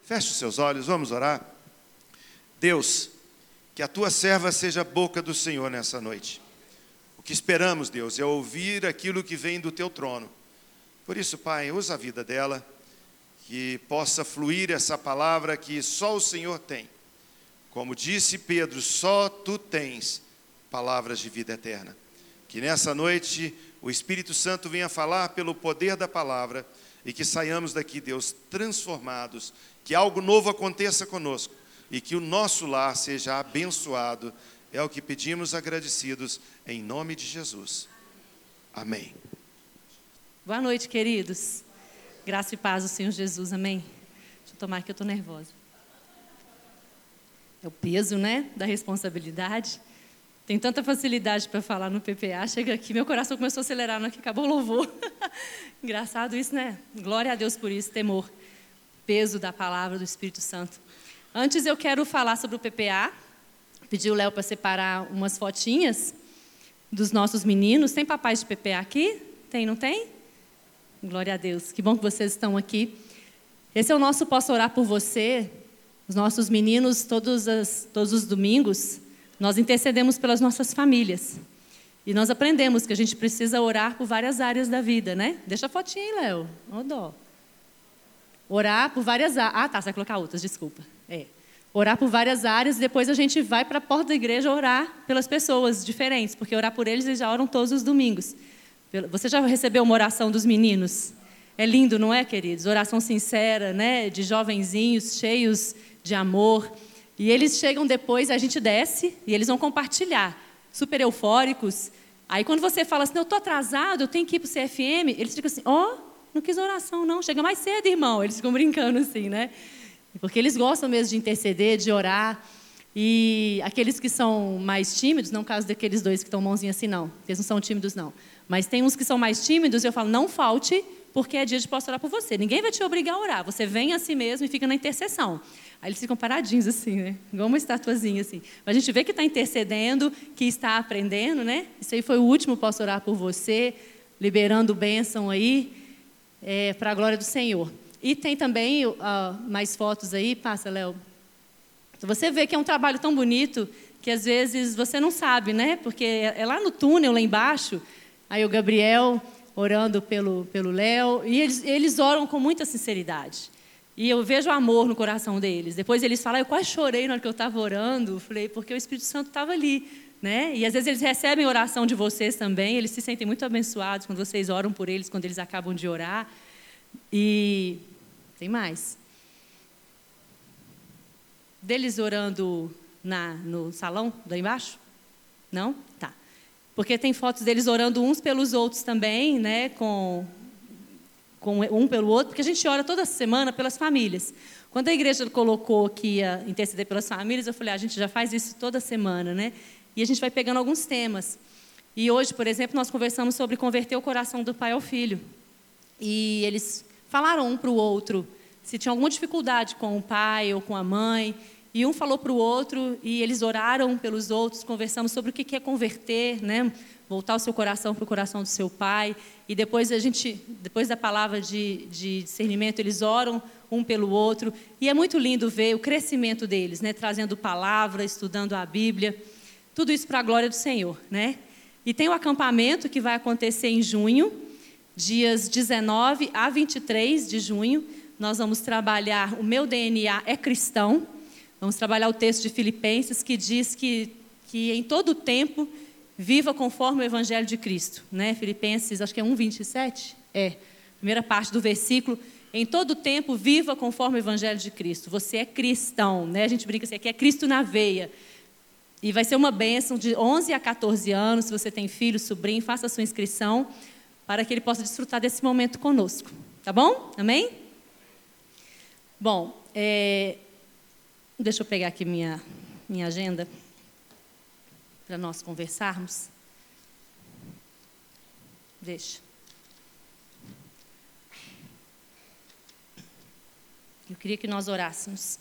Feche os seus olhos, vamos orar. Deus, que a tua serva seja a boca do Senhor nessa noite. O que esperamos, Deus, é ouvir aquilo que vem do teu trono. Por isso, Pai, usa a vida dela, que possa fluir essa palavra que só o Senhor tem. Como disse Pedro, só tu tens palavras de vida eterna. Que nessa noite o Espírito Santo venha falar pelo poder da palavra e que saiamos daqui, Deus, transformados, que algo novo aconteça conosco e que o nosso lar seja abençoado. É o que pedimos agradecidos em nome de Jesus. Amém. Boa noite, queridos. Graça e paz do Senhor Jesus, amém? Deixa eu tomar aqui, eu estou nervosa. É o peso, né, da responsabilidade. Tem tanta facilidade para falar no PPA, chega aqui, meu coração começou a acelerar na hora que acabou o louvor. Engraçado isso, né? Glória a Deus por isso, temor. Peso da palavra do Espírito Santo. Antes eu quero falar sobre o PPA. Pedi o Léo para separar umas fotinhas dos nossos meninos. Tem papais de PPA aqui? Tem, não tem? Glória a Deus. Que bom que vocês estão aqui. Esse é o nosso Posso Orar por Você. Os nossos meninos, todos os domingos, nós intercedemos pelas nossas famílias. E nós aprendemos que a gente precisa orar por várias áreas da vida, né? Deixa a fotinha aí, Léo. Ô, dó. Orar por várias áreas. Ah, tá, você vai colocar outras, desculpa. Orar por várias áreas e depois a gente vai para a porta da igreja orar pelas pessoas diferentes, porque orar por eles já oram todos os domingos. Você já recebeu uma oração dos meninos? É lindo, não é, queridos? Oração sincera, né? De jovenzinhos, cheios de amor. E eles chegam depois, a gente desce e eles vão compartilhar, super eufóricos. Aí quando você fala assim, eu estou atrasado, eu tenho que ir para o CFM, eles ficam assim, não quis oração não, chega mais cedo, irmão. Eles ficam brincando assim, né? Porque eles gostam mesmo de interceder, de orar. E aqueles que são mais tímidos, não é o caso daqueles dois que estão mãozinha assim não, eles não são tímidos não. Mas tem uns que são mais tímidos e eu falo, não falte, porque é dia de posso orar por você. Ninguém vai te obrigar a orar, você vem a si mesmo e fica na intercessão. Aí eles ficam paradinhos assim, né? Igual uma estatuazinha assim. Mas a gente vê que está intercedendo, que está aprendendo, né? Isso aí foi o último Posso Orar por Você, liberando bênção aí, para a glória do Senhor. E tem também mais fotos aí, passa, Léo. Você vê que é um trabalho tão bonito que às vezes você não sabe, né? Porque é lá no túnel, lá embaixo, aí o Gabriel orando pelo Léo, e eles oram com muita sinceridade. E eu vejo o amor no coração deles. Depois eles falam, eu quase chorei na hora que eu estava orando. Falei, porque o Espírito Santo estava ali, né? E às vezes eles recebem oração de vocês também, eles se sentem muito abençoados quando vocês oram por eles, quando eles acabam de orar. E tem mais. Deles orando no salão, lá embaixo? Não? Tá. Porque tem fotos deles orando uns pelos outros também, né? Com um pelo outro, porque a gente ora toda semana pelas famílias. Quando a igreja colocou que ia interceder pelas famílias, eu falei, a gente já faz isso toda semana, né? E a gente vai pegando alguns temas. E hoje, por exemplo, nós conversamos sobre converter o coração do pai ao filho. E eles falaram um para o outro se tinha alguma dificuldade com o pai ou com a mãe. E um falou para o outro, e eles oraram pelos outros, conversamos sobre o que é converter, né? Voltar o seu coração para o coração do seu pai. E depois depois da palavra de discernimento, eles oram um pelo outro. E é muito lindo ver o crescimento deles, né? Trazendo palavra, estudando a Bíblia. Tudo isso para a glória do Senhor, né? E tem o acampamento que vai acontecer em junho, dias 19 a 23 de junho. Nós vamos trabalhar o meu DNA é cristão. Vamos trabalhar o texto de Filipenses, que diz que em todo o tempo viva conforme o Evangelho de Cristo, né? Filipenses, acho que é 1:27, primeira parte do versículo. Em todo o tempo viva conforme o Evangelho de Cristo. Você é cristão, né? A gente brinca assim, aqui é Cristo na veia. E vai ser uma bênção de 11 a 14 anos, se você tem filho, sobrinho, faça a sua inscrição, para que ele possa desfrutar desse momento conosco. Tá bom? Amém? Bom, deixa eu pegar aqui minha agenda para nós conversarmos. Deixa. Eu queria que nós orássemos.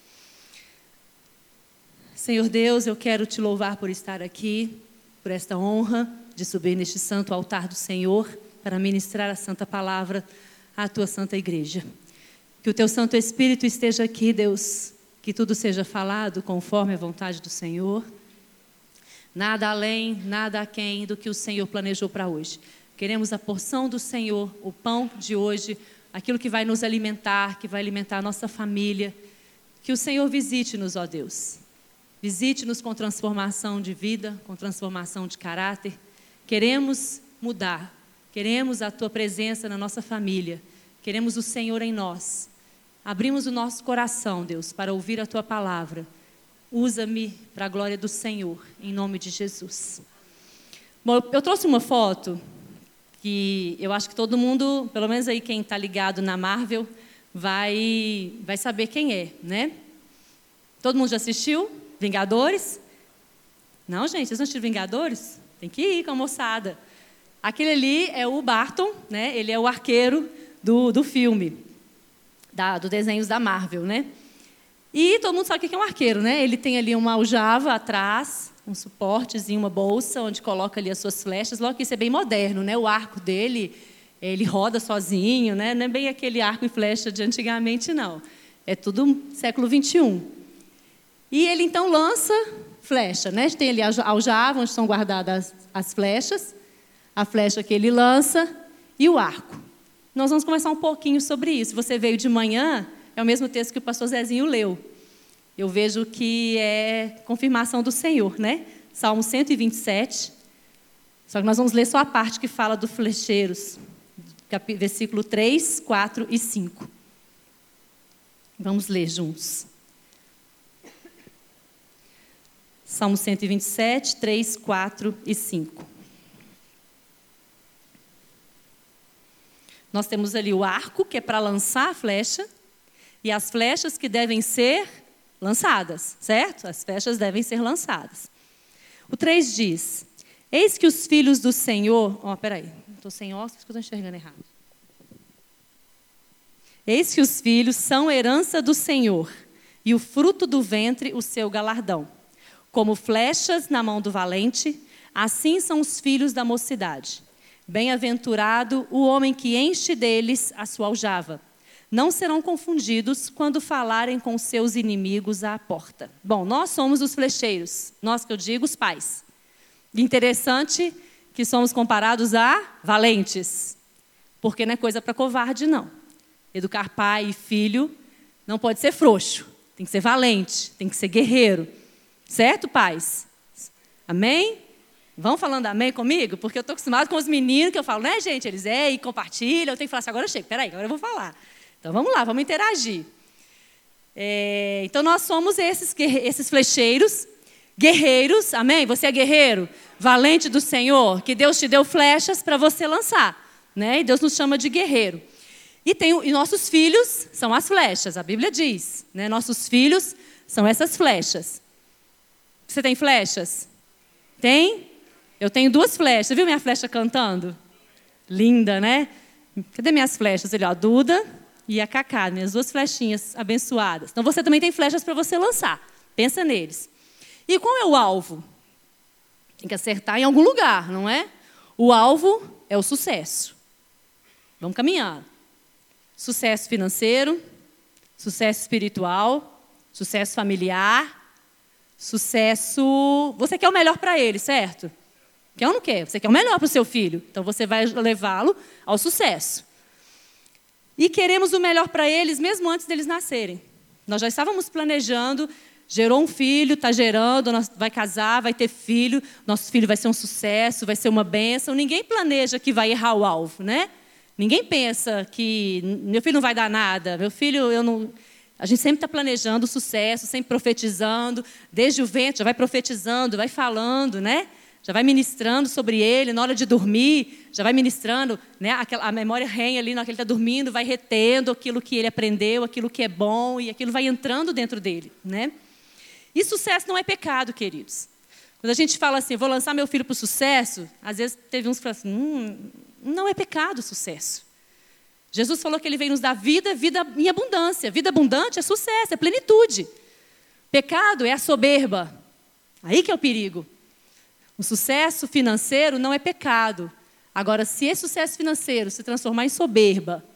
Senhor Deus, eu quero te louvar por estar aqui, por esta honra de subir neste santo altar do Senhor para ministrar a santa palavra à tua santa igreja. Que o Teu Santo Espírito esteja aqui, Deus. Que tudo seja falado conforme a vontade do Senhor. Nada além, nada aquém do que o Senhor planejou para hoje. Queremos a porção do Senhor, o pão de hoje, aquilo que vai nos alimentar, que vai alimentar a nossa família. Que o Senhor visite-nos, ó Deus. Visite-nos com transformação de vida, com transformação de caráter. Queremos mudar. Queremos a Tua presença na nossa família. Queremos o Senhor em nós. Abrimos o nosso coração, Deus, para ouvir a Tua palavra. Usa-me para a glória do Senhor, em nome de Jesus. Bom, eu trouxe uma foto que eu acho que todo mundo, pelo menos aí quem está ligado na Marvel, vai saber quem é, né? Todo mundo já assistiu? Vingadores? Não, gente, vocês não assistiram Vingadores? Tem que ir com a moçada. Aquele ali é o Barton, né? Ele é o arqueiro do filme, dos desenhos da Marvel, né? E todo mundo sabe o que é um arqueiro, né? Ele tem ali uma aljava atrás, um suportezinho, uma bolsa, onde coloca ali as suas flechas. Logo que isso é bem moderno, né? O arco dele, ele roda sozinho, né? Não é bem aquele arco e flecha de antigamente, não. É tudo século 21. E ele, então, lança flecha, né? Tem ali a aljava, onde são guardadas as flechas, a flecha que ele lança e o arco. Nós vamos conversar um pouquinho sobre isso. Você veio de manhã, é o mesmo texto que o pastor Zezinho leu. Eu vejo que é confirmação do Senhor, né? Salmo 127. Só que nós vamos ler só a parte que fala dos flecheiros. Versículo 3, 4 e 5. Vamos ler juntos. Salmo 127, 3, 4 e 5. Nós temos ali o arco, que é para lançar a flecha, e as flechas que devem ser lançadas, certo? As flechas devem ser lançadas. O 3 diz: eis que os filhos do Senhor... peraí, estou sem óculos, porque eu estou enxergando errado. Eis que os filhos são herança do Senhor, e o fruto do ventre o seu galardão. Como flechas na mão do valente, assim são os filhos da mocidade. Bem-aventurado o homem que enche deles a sua aljava. Não serão confundidos quando falarem com seus inimigos à porta. Bom, nós somos os flecheiros, nós que eu digo, os pais. Interessante que somos comparados a valentes, porque não é coisa para covarde, não. Educar pai e filho não pode ser frouxo, tem que ser valente, tem que ser guerreiro. Certo, pais? Amém? Vão falando amém comigo? Porque eu estou acostumado com os meninos que eu falo, né, gente? Eles e compartilham. Eu tenho que falar assim, agora chega, peraí, agora eu vou falar. Então, vamos lá, vamos interagir. Então, nós somos esses flecheiros, guerreiros, amém? Você é guerreiro, valente do Senhor, que Deus te deu flechas para você lançar, né? E Deus nos chama de guerreiro. E nossos filhos são as flechas, a Bíblia diz, né? Nossos filhos são essas flechas. Você tem flechas? Tem? Eu tenho 2 flechas. Você viu minha flecha cantando? Linda, né? Cadê minhas flechas? Ali, ó, a Duda e a Cacá, minhas 2 flechinhas abençoadas. Então, você também tem flechas para você lançar. Pensa neles. E qual é o alvo? Tem que acertar em algum lugar, não é? O alvo é o sucesso. Vamos caminhando. Sucesso financeiro, sucesso espiritual, sucesso familiar, sucesso... Você quer o melhor para ele, certo? Quer ou não quer? Você quer o melhor para o seu filho. Então, você vai levá-lo ao sucesso. E queremos o melhor para eles mesmo antes deles nascerem. Nós já estávamos planejando, gerou um filho, está gerando, vai casar, vai ter filho, nosso filho vai ser um sucesso, vai ser uma bênção. Ninguém planeja que vai errar o alvo, né? Ninguém pensa que meu filho não vai dar nada, meu filho, eu não... A gente sempre está planejando o sucesso, sempre profetizando, desde o ventre, já vai profetizando, vai falando, né? Já vai ministrando sobre ele, na hora de dormir, já vai ministrando, né? A memória REM ali, na hora que ele está dormindo, vai retendo aquilo que ele aprendeu, aquilo que é bom, e aquilo vai entrando dentro dele, né? E sucesso não é pecado, queridos. Quando a gente fala assim, vou lançar meu filho para o sucesso, às vezes teve uns que falam assim, não é pecado o sucesso. Jesus falou que ele veio nos dar vida, vida em abundância. Vida abundante é sucesso, é plenitude. Pecado é a soberba. Aí que é o perigo. O sucesso financeiro não é pecado. Agora, se esse sucesso financeiro se transformar em soberba,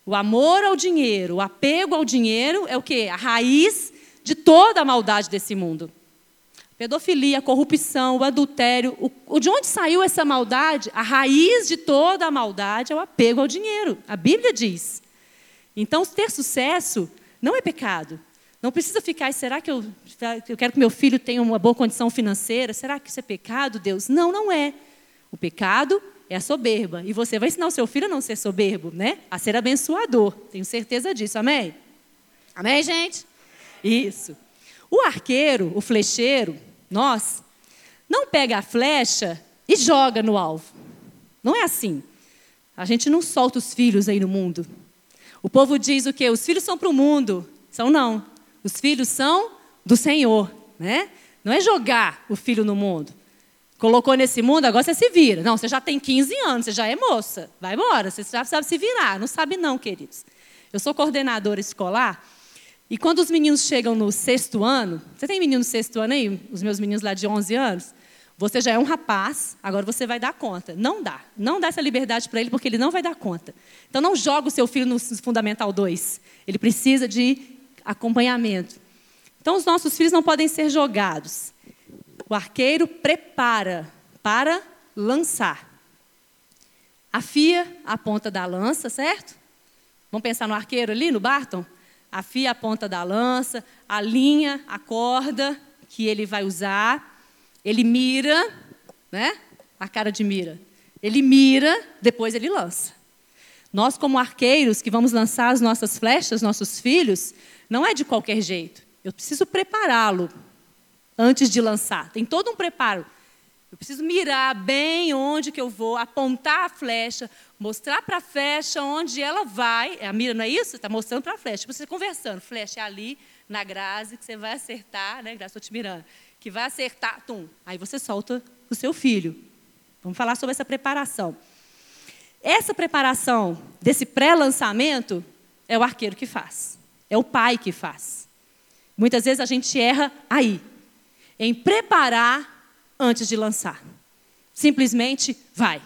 O amor ao dinheiro, o apego ao dinheiro é o quê? A raiz de toda a maldade desse mundo. Pedofilia, a corrupção, o adultério. De onde saiu essa maldade? A raiz de toda a maldade é o apego ao dinheiro. A Bíblia diz. Então, ter sucesso não é pecado. Não precisa ficar, será que eu quero que meu filho tenha uma boa condição financeira? Será que isso é pecado, Deus? Não, não é. O pecado é a soberba. E você vai ensinar o seu filho a não ser soberbo, né? A ser abençoador. Tenho certeza disso, amém? Amém, gente? Isso. O arqueiro, o flecheiro, nós, não pega a flecha e joga no alvo. Não é assim. A gente não solta os filhos aí no mundo. O povo diz o quê? Os filhos são para o mundo. São não. Os filhos são do Senhor, né? Não é jogar o filho no mundo. Colocou nesse mundo, agora você se vira. Não, você já tem 15 anos, você já é moça. Vai embora, você já sabe se virar. Não sabe não, queridos. Eu sou coordenadora escolar e quando os meninos chegam no 6º ano, você tem menino no 6º ano aí? Os meus meninos lá de 11 anos? Você já é um rapaz, agora você vai dar conta. Não dá. Não dá essa liberdade para ele, porque ele não vai dar conta. Então, não joga o seu filho no Fundamental 2. Ele precisa de acompanhamento. Então, os nossos filhos não podem ser jogados. O arqueiro prepara para lançar. Afia a ponta da lança, certo? Vamos pensar no arqueiro ali, no Barton? Afia a ponta da lança, alinha a corda que ele vai usar. Ele mira, né? A cara de mira. Ele mira, depois ele lança. Nós, como arqueiros, que vamos lançar as nossas flechas, nossos filhos, não é de qualquer jeito. Eu preciso prepará-lo antes de lançar. Tem todo um preparo. Eu preciso mirar bem onde que eu vou, apontar a flecha, mostrar para a flecha onde ela vai. A mira não é isso? Está mostrando para a flecha. Você conversando. Flecha é ali, na Grazi, que você vai acertar, né? Grazi, estou te mirando. Que vai acertar, tum. Aí você solta o seu filho. Vamos falar sobre essa preparação. Essa preparação desse pré-lançamento é o arqueiro que faz. É o pai que faz. Muitas vezes a gente erra aí, em preparar antes de lançar. Simplesmente vai.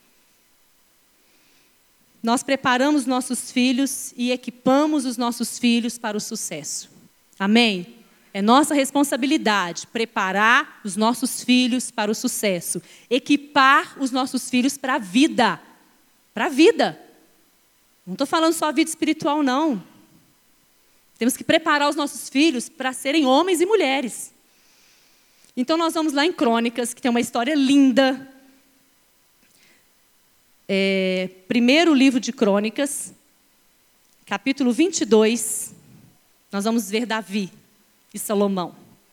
Nós preparamos nossos filhos e equipamos os nossos filhos para o sucesso. Amém? É nossa responsabilidade preparar os nossos filhos para o sucesso. Equipar os nossos filhos para a vida. Para a vida. Não estou falando só a vida espiritual, não. Temos que preparar os nossos filhos para serem homens e mulheres. Então, nós vamos lá em Crônicas, que tem uma história linda. Primeiro livro de Crônicas, capítulo 22. Nós vamos ver Davi e Salomão.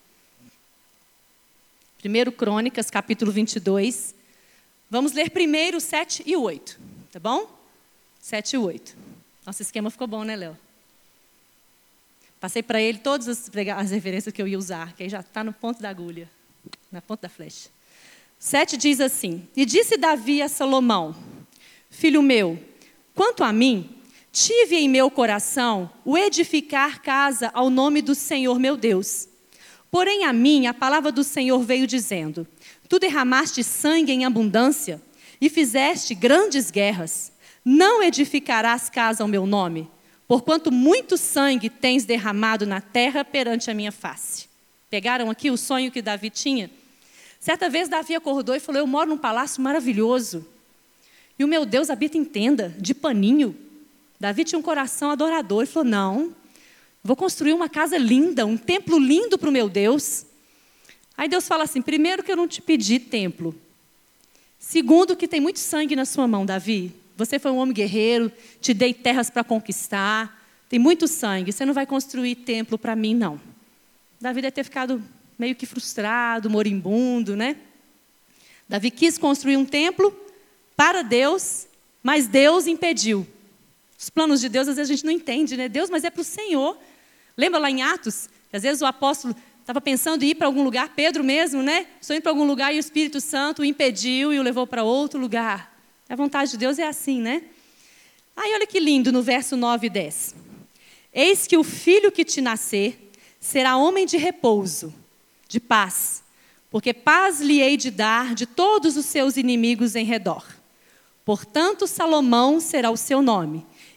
1 Crônicas, capítulo 22. Vamos ler primeiro 7 e 8, tá bom? 7 e 8. Nosso esquema ficou bom, né, Léo? Passei para ele todas as referências que eu ia usar, que aí já está no ponto da agulha, na ponta da flecha. 7 diz assim: E disse Davi a Salomão: Filho meu, quanto a mim, tive em meu coração o edificar casa ao nome do Senhor meu Deus. Porém a mim a palavra do Senhor veio dizendo: Tu derramaste sangue em abundância e fizeste grandes guerras. Não edificarás casa ao meu nome, porquanto muito sangue tens derramado na terra perante a minha face. Pegaram aqui o sonho que Davi tinha? Certa vez Davi acordou e falou: Eu moro num palácio maravilhoso. E o meu Deus habita em tenda, de paninho. Davi tinha um coração adorador. Ele falou: Não, vou construir uma casa linda, um templo lindo para o meu Deus. Aí Deus fala assim: primeiro que eu não te pedi templo. Segundo que tem muito sangue na sua mão, Davi. Você foi um homem guerreiro, te dei terras para conquistar. Tem muito sangue, você não vai construir templo para mim, não. Davi deve ter ficado meio que frustrado, moribundo, né? Davi quis construir um templo para Deus, mas Deus impediu. Os planos de Deus, às vezes a gente não entende, né? Deus, mas é para o Senhor. Lembra lá em Atos, que às vezes o apóstolo estava pensando em ir para algum lugar, Pedro mesmo, né? Estou indo para algum lugar e o Espírito Santo o impediu e o levou para outro lugar. A vontade de Deus é assim, né? Aí olha que lindo no verso 9 e 10. Eis que o filho que te nascer será homem de repouso, de paz, porque paz lhe hei de dar de todos os seus inimigos em redor. Portanto, Salomão será o seu nome,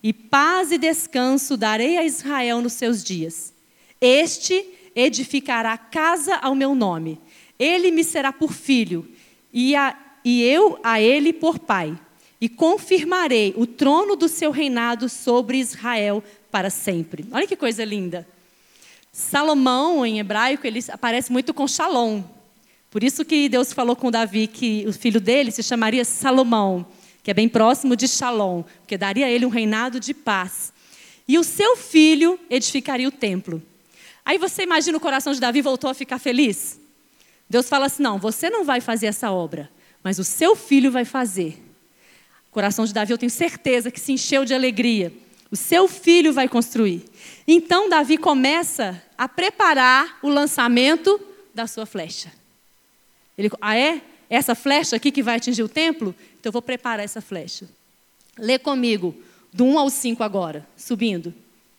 e paz e descanso darei a Israel nos seus dias. Este edificará casa ao meu nome. Ele me será por filho, e eu a ele por pai. E confirmarei o trono do seu reinado sobre Israel para sempre. Olha que coisa linda. Salomão, em hebraico, ele aparece muito com Shalom. Por isso que Deus falou com Davi que o filho dele se chamaria Salomão, que é bem próximo de Shalom, porque daria a ele um reinado de paz. E o seu filho edificaria o templo. Aí você imagina o coração de Davi voltou a ficar feliz? Deus fala assim, não, você não vai fazer essa obra, mas o seu filho vai fazer. O coração de Davi, eu tenho certeza que se encheu de alegria. O seu filho vai construir. Então Davi começa a preparar o lançamento da sua flecha. Ele, essa flecha aqui que vai atingir o templo? Então eu vou preparar essa flecha. Lê comigo, do 1 ao 5 agora, subindo.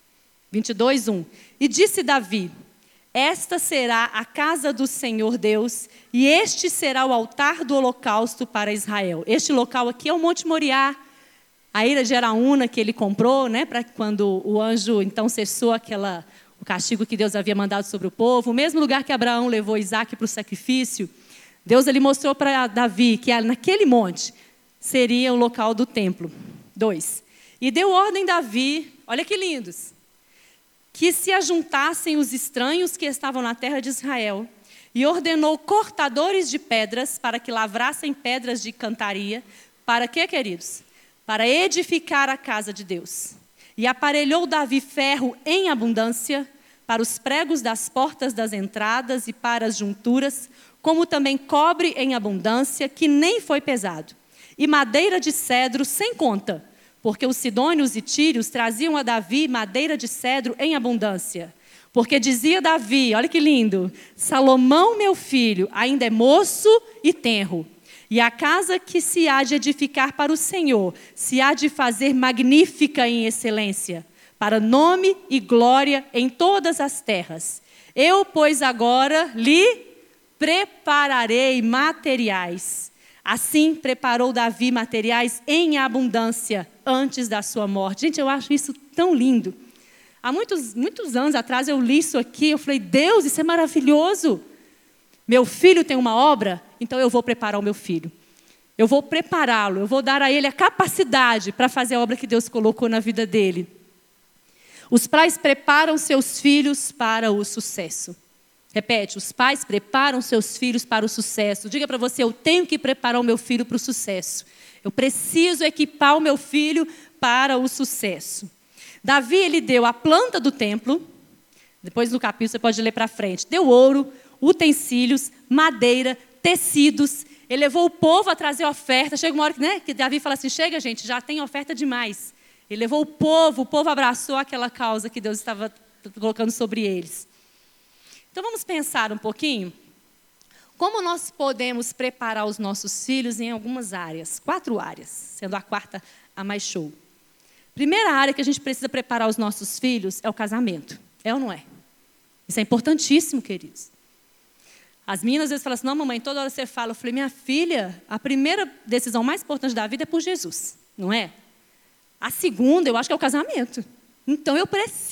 22, 1. E disse Davi, esta será a casa do Senhor Deus, e este será o altar do holocausto para Israel. Este local aqui é o Monte Moriá, a ilha de Araúna que ele comprou, né, para quando o anjo então cessou o castigo que Deus havia mandado sobre o povo. O mesmo lugar que Abraão levou Isaac para o sacrifício, Deus ele mostrou para Davi que naquele monte seria o local do templo. 2. E deu ordem a Davi, olha que lindos, que se ajuntassem os estranhos que estavam na terra de Israel, e ordenou cortadores de pedras para que lavrassem pedras de cantaria. Para quê, queridos? Para edificar a casa de Deus. E aparelhou Davi ferro em abundância para os pregos das portas das entradas e para as junturas, como também cobre em abundância, que nem foi pesado. E madeira de cedro sem conta, porque os sidônios e tírios traziam a Davi madeira de cedro em abundância. Porque dizia Davi, olha que lindo, Salomão, meu filho, ainda é moço e tenro. E a casa que se há de edificar para o Senhor, se há de fazer magnífica em excelência, para nome e glória em todas as terras. Eu, pois, agora lhe prepararei materiais. Assim preparou Davi materiais em abundância antes da sua morte. Gente, eu acho isso tão lindo. Há muitos anos atrás eu li isso aqui, eu falei, Deus, isso é maravilhoso. Meu filho tem uma obra, então eu vou preparar o meu filho. Eu vou prepará-lo, eu vou dar a ele a capacidade para fazer a obra que Deus colocou na vida dele. Os pais preparam seus filhos para o sucesso. Repete, os pais preparam seus filhos para o sucesso. Diga para você, eu tenho que preparar o meu filho para o sucesso. Eu preciso equipar o meu filho para o sucesso. Davi, ele deu a planta do templo, depois no capítulo você pode ler para frente, deu ouro, utensílios, madeira, tecidos, ele levou o povo a trazer oferta. Chega uma hora que Davi fala assim, chega gente, já tem oferta demais. Ele levou o povo abraçou aquela causa que Deus estava colocando sobre eles. Então vamos pensar um pouquinho, como nós podemos preparar os nossos filhos em algumas áreas, 4 áreas, sendo a 4ª a mais show. Primeira área que a gente precisa preparar os nossos filhos é o casamento, é ou não é? Isso é importantíssimo, queridos. As meninas às vezes falam assim, não mamãe, toda hora você fala. Eu falei, minha filha, a primeira decisão mais importante da vida é por Jesus, não é? A segunda, eu acho que é o casamento. Então eu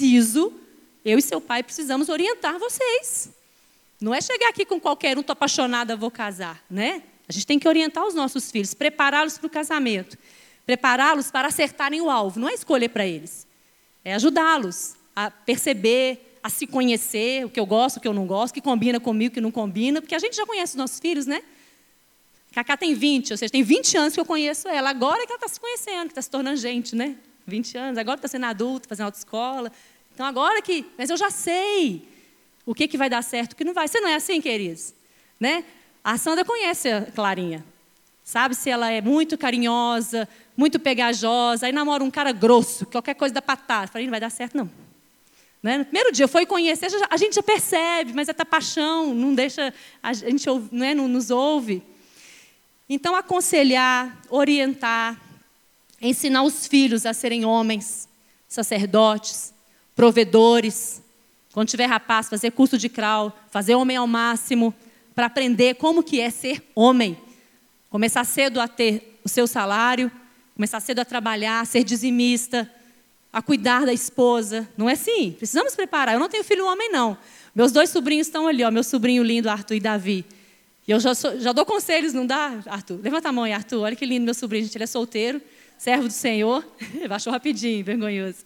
e seu pai precisamos orientar vocês. Não é chegar aqui com qualquer um, estou apaixonada, vou casar, né? A gente tem que orientar os nossos filhos, prepará-los para o casamento, prepará-los para acertarem o alvo, não é escolher para eles, é ajudá-los a perceber, a se conhecer, o que eu gosto, o que eu não gosto, o que combina comigo, o que não combina, porque a gente já conhece os nossos filhos, né? Cacá tem 20, ou seja, tem 20 anos que eu conheço ela, agora é que ela está se conhecendo, que está se tornando gente, né? 20 anos, agora está sendo adulta, fazendo autoescola. Então agora mas eu já sei o que vai dar certo, o que não vai. Você não é assim, queridos? Né? A Sandra conhece a Clarinha. Sabe se ela é muito carinhosa, muito pegajosa, aí namora um cara grosso, qualquer coisa dá patada. Falei, não vai dar certo, não. Né? No primeiro dia foi conhecer, a gente já percebe, mas essa paixão não deixa, a gente não nos ouve. Então, aconselhar, orientar, ensinar os filhos a serem homens, sacerdotes, provedores. Quando tiver rapaz, fazer curso de CRAU, fazer homem ao máximo, para aprender como que é ser homem. Começar cedo a ter o seu salário, começar cedo a trabalhar, ser dizimista, a cuidar da esposa. Não é assim? Precisamos preparar. Eu não tenho filho homem, não. Meus 2 sobrinhos estão ali, ó, meu sobrinho lindo, Arthur e Davi. E eu já dou conselhos, não dá, Arthur? Levanta a mão aí, Arthur. Olha que lindo meu sobrinho, gente. Ele é solteiro, servo do Senhor. Baixou rapidinho, vergonhoso.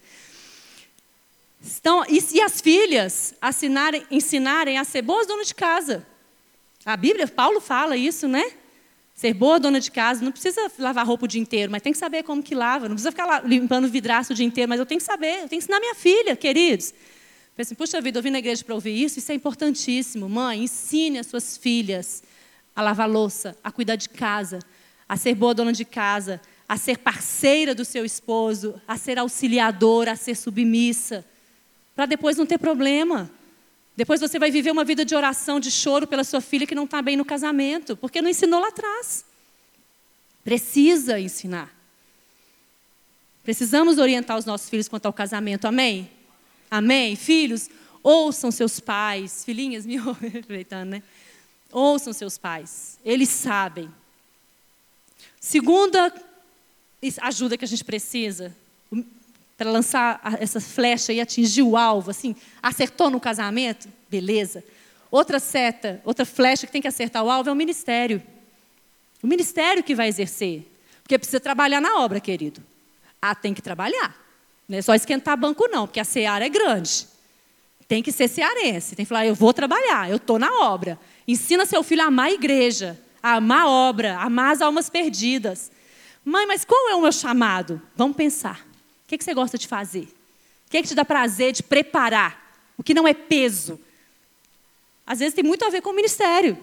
Então, e as filhas ensinarem a ser boas donas de casa. A Bíblia, Paulo fala isso, né? Ser boa dona de casa, não precisa lavar roupa o dia inteiro, mas tem que saber como que lava. Não precisa ficar limpando vidraço o dia inteiro, mas eu tenho que saber, eu tenho que ensinar minha filha, queridos. Falei assim, puxa vida, eu vim na igreja para ouvir isso é importantíssimo. Mãe, ensine as suas filhas a lavar louça, a cuidar de casa, a ser boa dona de casa, a ser parceira do seu esposo, a ser auxiliadora, a ser submissa, para depois não ter problema. Depois você vai viver uma vida de oração, de choro pela sua filha que não está bem no casamento, porque não ensinou lá atrás. Precisa ensinar. Precisamos orientar os nossos filhos quanto ao casamento, amém? Amém? Filhos, ouçam seus pais. Filhinhas, me aproveitando, né? Ouçam seus pais, eles sabem. Segunda ajuda que a gente precisa para lançar essa flecha e atingir o alvo, assim, acertou no casamento? Beleza. Outra flecha que tem que acertar o alvo é o ministério. O ministério que vai exercer. Porque precisa trabalhar na obra, querido. Tem que trabalhar. Não é só esquentar banco, não, porque a seara é grande. Tem que ser cearense. Tem que falar, eu vou trabalhar, eu estou na obra. Ensina seu filho a amar a igreja, a amar a obra, a amar as almas perdidas. Mãe, mas qual é o meu chamado? Vamos pensar. O que você gosta de fazer? O que te dá prazer de preparar? O que não é peso? Às vezes tem muito a ver com o ministério.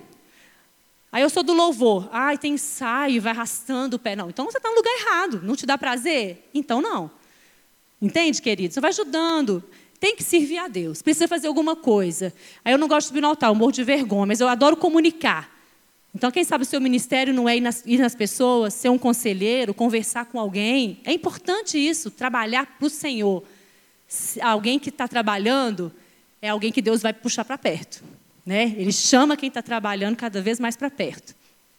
Aí eu sou do louvor. Tem ensaio, vai arrastando o pé. Não, então você está no lugar errado. Não te dá prazer? Então não. Entende, querido? Você vai ajudando. Tem que servir a Deus. Precisa fazer alguma coisa. Aí eu não gosto de subir no altar, eu morro de vergonha, mas eu adoro comunicar. Então, quem sabe o seu ministério não é ir nas pessoas, ser um conselheiro, conversar com alguém. É importante isso, trabalhar para o Senhor. Alguém que está trabalhando é alguém que Deus vai puxar para perto. Né? Ele chama quem está trabalhando cada vez mais para perto.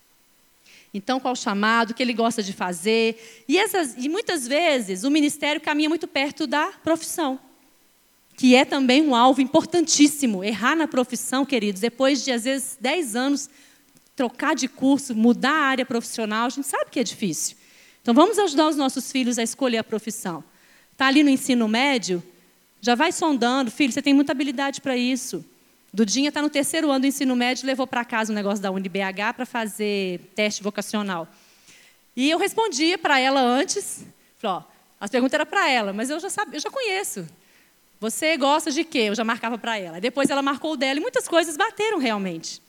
Então, qual o chamado, o que ele gosta de fazer. E muitas vezes o ministério caminha muito perto da profissão, que é também um alvo importantíssimo. Errar na profissão, queridos, depois de, às vezes, 10 anos, trocar de curso, mudar a área profissional, a gente sabe que é difícil. Então, vamos ajudar os nossos filhos a escolher a profissão. Está ali no ensino médio, já vai sondando. Filho, você tem muita habilidade para isso. Dudinha está no 3º ano do ensino médio, levou para casa um negócio da UniBH para fazer teste vocacional. E eu respondia para ela antes, falei, as perguntas eram para ela, mas eu já conheço. Você gosta de quê? Eu já marcava para ela. Depois ela marcou o dela e muitas coisas bateram realmente.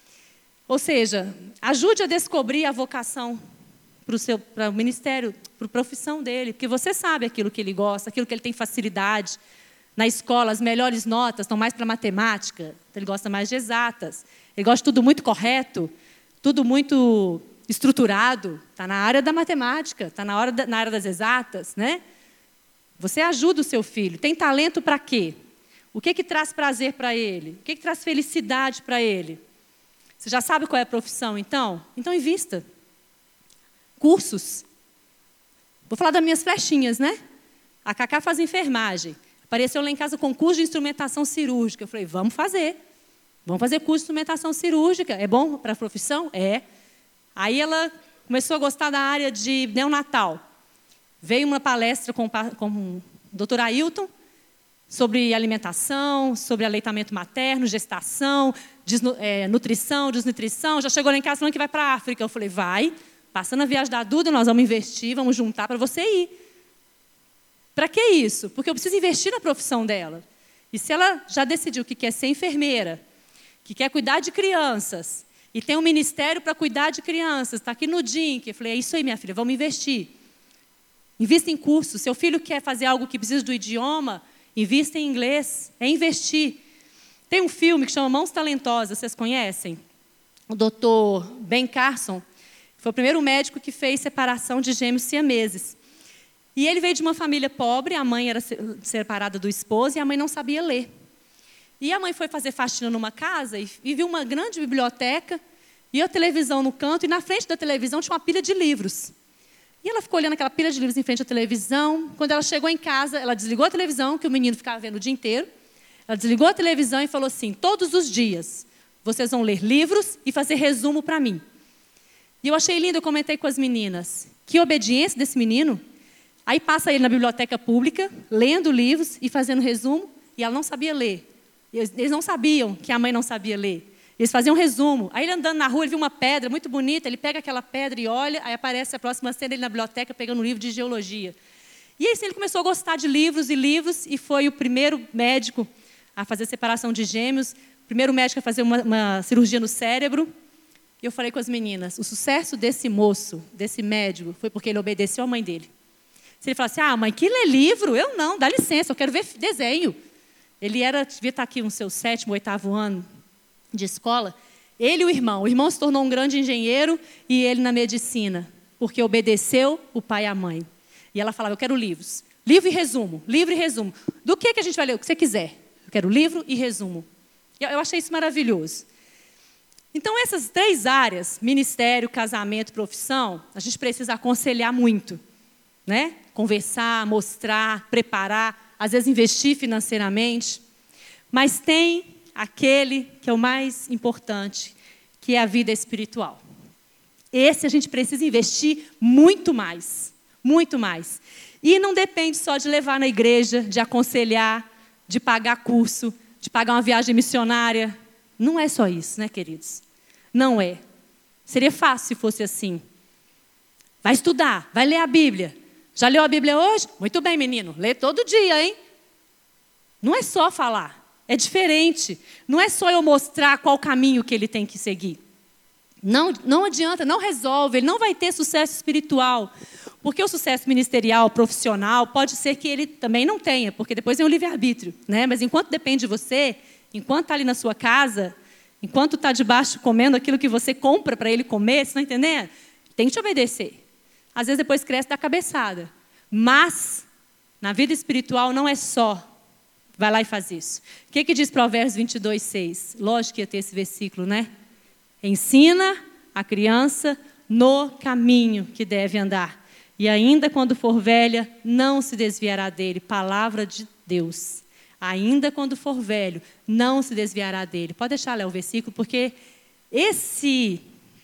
Ou seja, ajude a descobrir a vocação para o ministério, para a profissão dele, porque você sabe aquilo que ele gosta, aquilo que ele tem facilidade. Na escola, as melhores notas estão mais para matemática, então ele gosta mais de exatas. Ele gosta de tudo muito correto, tudo muito estruturado. Está na área da matemática, está na área das exatas, né? Você ajuda o seu filho. Tem talento para quê? O que traz prazer para ele? O que traz felicidade para ele? Você já sabe qual é a profissão, então? Então, invista. Cursos. Vou falar das minhas flechinhas, né? A Cacá faz enfermagem. Apareceu lá em casa concurso de instrumentação cirúrgica. Eu falei, vamos fazer. Vamos fazer curso de instrumentação cirúrgica. É bom para a profissão? É. Aí ela começou a gostar da área de neonatal. Veio uma palestra com o Dr. Ailton sobre alimentação, sobre aleitamento materno, gestação, nutrição, desnutrição. Já chegou lá em casa falando que vai para a África. Eu falei, vai. Passando a viagem da Duda, nós vamos investir, vamos juntar para você ir. Para que isso? Porque eu preciso investir na profissão dela. E se ela já decidiu que quer ser enfermeira, que quer cuidar de crianças, e tem um ministério para cuidar de crianças, está aqui no DINC, eu falei, é isso aí, minha filha, vamos investir. Invista em cursos. Seu filho quer fazer algo que precisa do idioma, invista em inglês, é investir. Tem um filme que chama Mãos Talentosas, vocês conhecem? O Dr. Ben Carson foi o primeiro médico que fez separação de gêmeos siameses. E ele veio de uma família pobre, a mãe era separada do esposo e a mãe não sabia ler. E a mãe foi fazer faxina numa casa e viu uma grande biblioteca e a televisão no canto, e na frente da televisão tinha uma pilha de livros. E ela ficou olhando aquela pilha de livros em frente à televisão. Quando ela chegou em casa, ela desligou a televisão, que o menino ficava vendo o dia inteiro. Ela desligou a televisão e falou assim: todos os dias vocês vão ler livros e fazer resumo para mim. E eu achei lindo, eu comentei com as meninas. Que obediência desse menino. Aí passa ele na biblioteca pública, lendo livros e fazendo resumo, e ela não sabia ler. Eles não sabiam que a mãe não sabia ler. Eles faziam resumo. Aí ele andando na rua, ele viu uma pedra muito bonita, ele pega aquela pedra e olha, aí aparece a próxima cena, ele na biblioteca pegando um livro de geologia. E aí assim, ele começou a gostar de livros e livros, e foi o primeiro médico a fazer separação de gêmeos, o primeiro médico a fazer uma cirurgia no cérebro. E eu falei com as meninas, o sucesso desse moço, desse médico, foi porque ele obedeceu à mãe dele. Se ele falasse: mãe, que lê livro? Eu não, dá licença, eu quero ver desenho. Ele devia estar aqui no seu 7º, 8º ano de escola. Ele e o irmão se tornou um grande engenheiro e ele na medicina, porque obedeceu o pai e a mãe. E ela falava: eu quero livros, livro e resumo, livro e resumo. Do que a gente vai ler? O que você quiser. Eu quero livro e resumo. Eu achei isso maravilhoso. Então, essas 3 áreas, ministério, casamento, profissão, a gente precisa aconselhar muito, né? Conversar, mostrar, preparar, às vezes investir financeiramente. Mas tem aquele que é o mais importante, que é a vida espiritual. Esse a gente precisa investir muito mais, muito mais. E não depende só de levar na igreja, de aconselhar, de pagar curso, de pagar uma viagem missionária. Não é só isso, né, queridos? Não é. Seria fácil se fosse assim. Vai estudar, vai ler a Bíblia. Já leu a Bíblia hoje? Muito bem, menino. Lê todo dia, hein? Não é só falar. É diferente. Não é só eu mostrar qual caminho que ele tem que seguir. Não adianta, não resolve. Ele não vai ter sucesso espiritual. Porque o sucesso ministerial, profissional, pode ser que ele também não tenha, porque depois vem o livre-arbítrio, né? Mas enquanto depende de você, enquanto está ali na sua casa, enquanto está debaixo comendo aquilo que você compra para ele comer, você está entendendo? Tem que te obedecer. Às vezes depois cresce da cabeçada. Mas, na vida espiritual não é só vai lá e faz isso. O que diz Provérbios 22:6? Lógico que ia ter esse versículo, né? Ensina a criança no caminho que deve andar. E ainda quando for velha, não se desviará dele. Palavra de Deus. Ainda quando for velho, não se desviará dele. Pode deixar ler o versículo, porque esse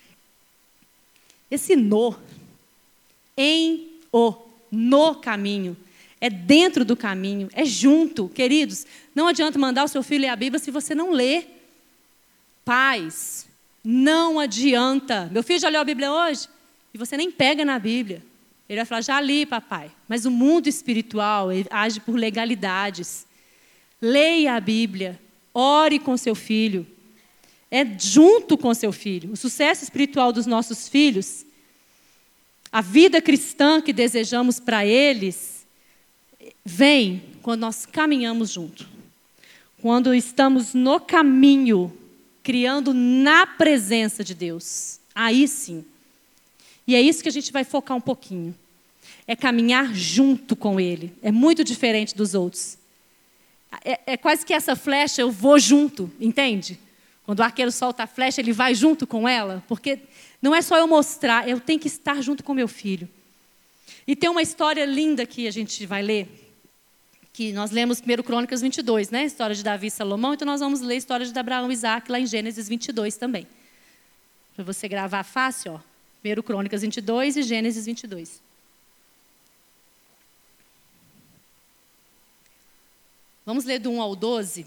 no caminho, é dentro do caminho, é junto. Queridos, não adianta mandar o seu filho ler a Bíblia se você não lê. Pais, não adianta. Meu filho já leu a Bíblia hoje? E você nem pega na Bíblia. Ele vai falar: já li, papai. Mas o mundo espiritual age por legalidades. Leia a Bíblia, ore com seu filho. É junto com seu filho. O sucesso espiritual dos nossos filhos, a vida cristã que desejamos para eles, vem quando nós caminhamos junto. Quando estamos no caminho, criando na presença de Deus. Aí sim. E é isso que a gente vai focar um pouquinho. É caminhar junto com Ele. É muito diferente dos outros. É quase que essa flecha, eu vou junto, entende? Quando o arqueiro solta a flecha, ele vai junto com ela. Porque não é só eu mostrar, eu tenho que estar junto com meu filho. E tem uma história linda que a gente vai ler, que nós lemos 1 Crônicas 22, né? História de Davi e Salomão, então nós vamos ler a história de Abraão e Isaac lá em Gênesis 22 também. Para você gravar fácil, ó. 1 Crônicas 22 e Gênesis 22. Vamos ler do 1 ao 12.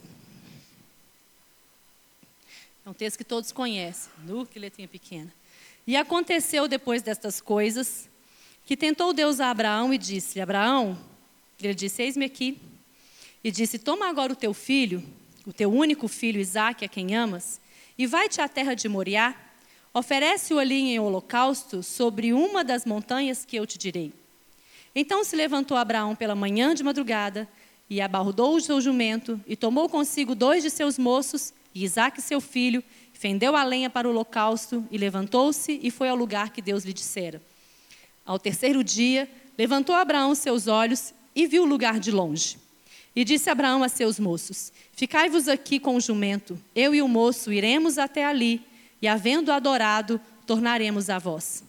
É um texto que todos conhecem. Que letrinha pequena. E aconteceu depois destas coisas, que tentou Deus a Abraão e disse: Abraão, ele disse: eis-me aqui. E disse: toma agora o teu filho, o teu único filho Isaque, a quem amas, e vai-te à terra de Moriá, oferece-o ali em holocausto sobre uma das montanhas que eu te direi. Então se levantou Abraão pela manhã de madrugada, e abordou o seu jumento, e tomou consigo 2 de seus moços, e Isaque seu filho, fendeu a lenha para o holocausto, e levantou-se e foi ao lugar que Deus lhe dissera. Ao 3º dia, levantou Abraão seus olhos e viu o lugar de longe. E disse Abraão a seus moços: ficai-vos aqui com o jumento, eu e o moço iremos até ali, e havendo adorado, tornaremos a vós.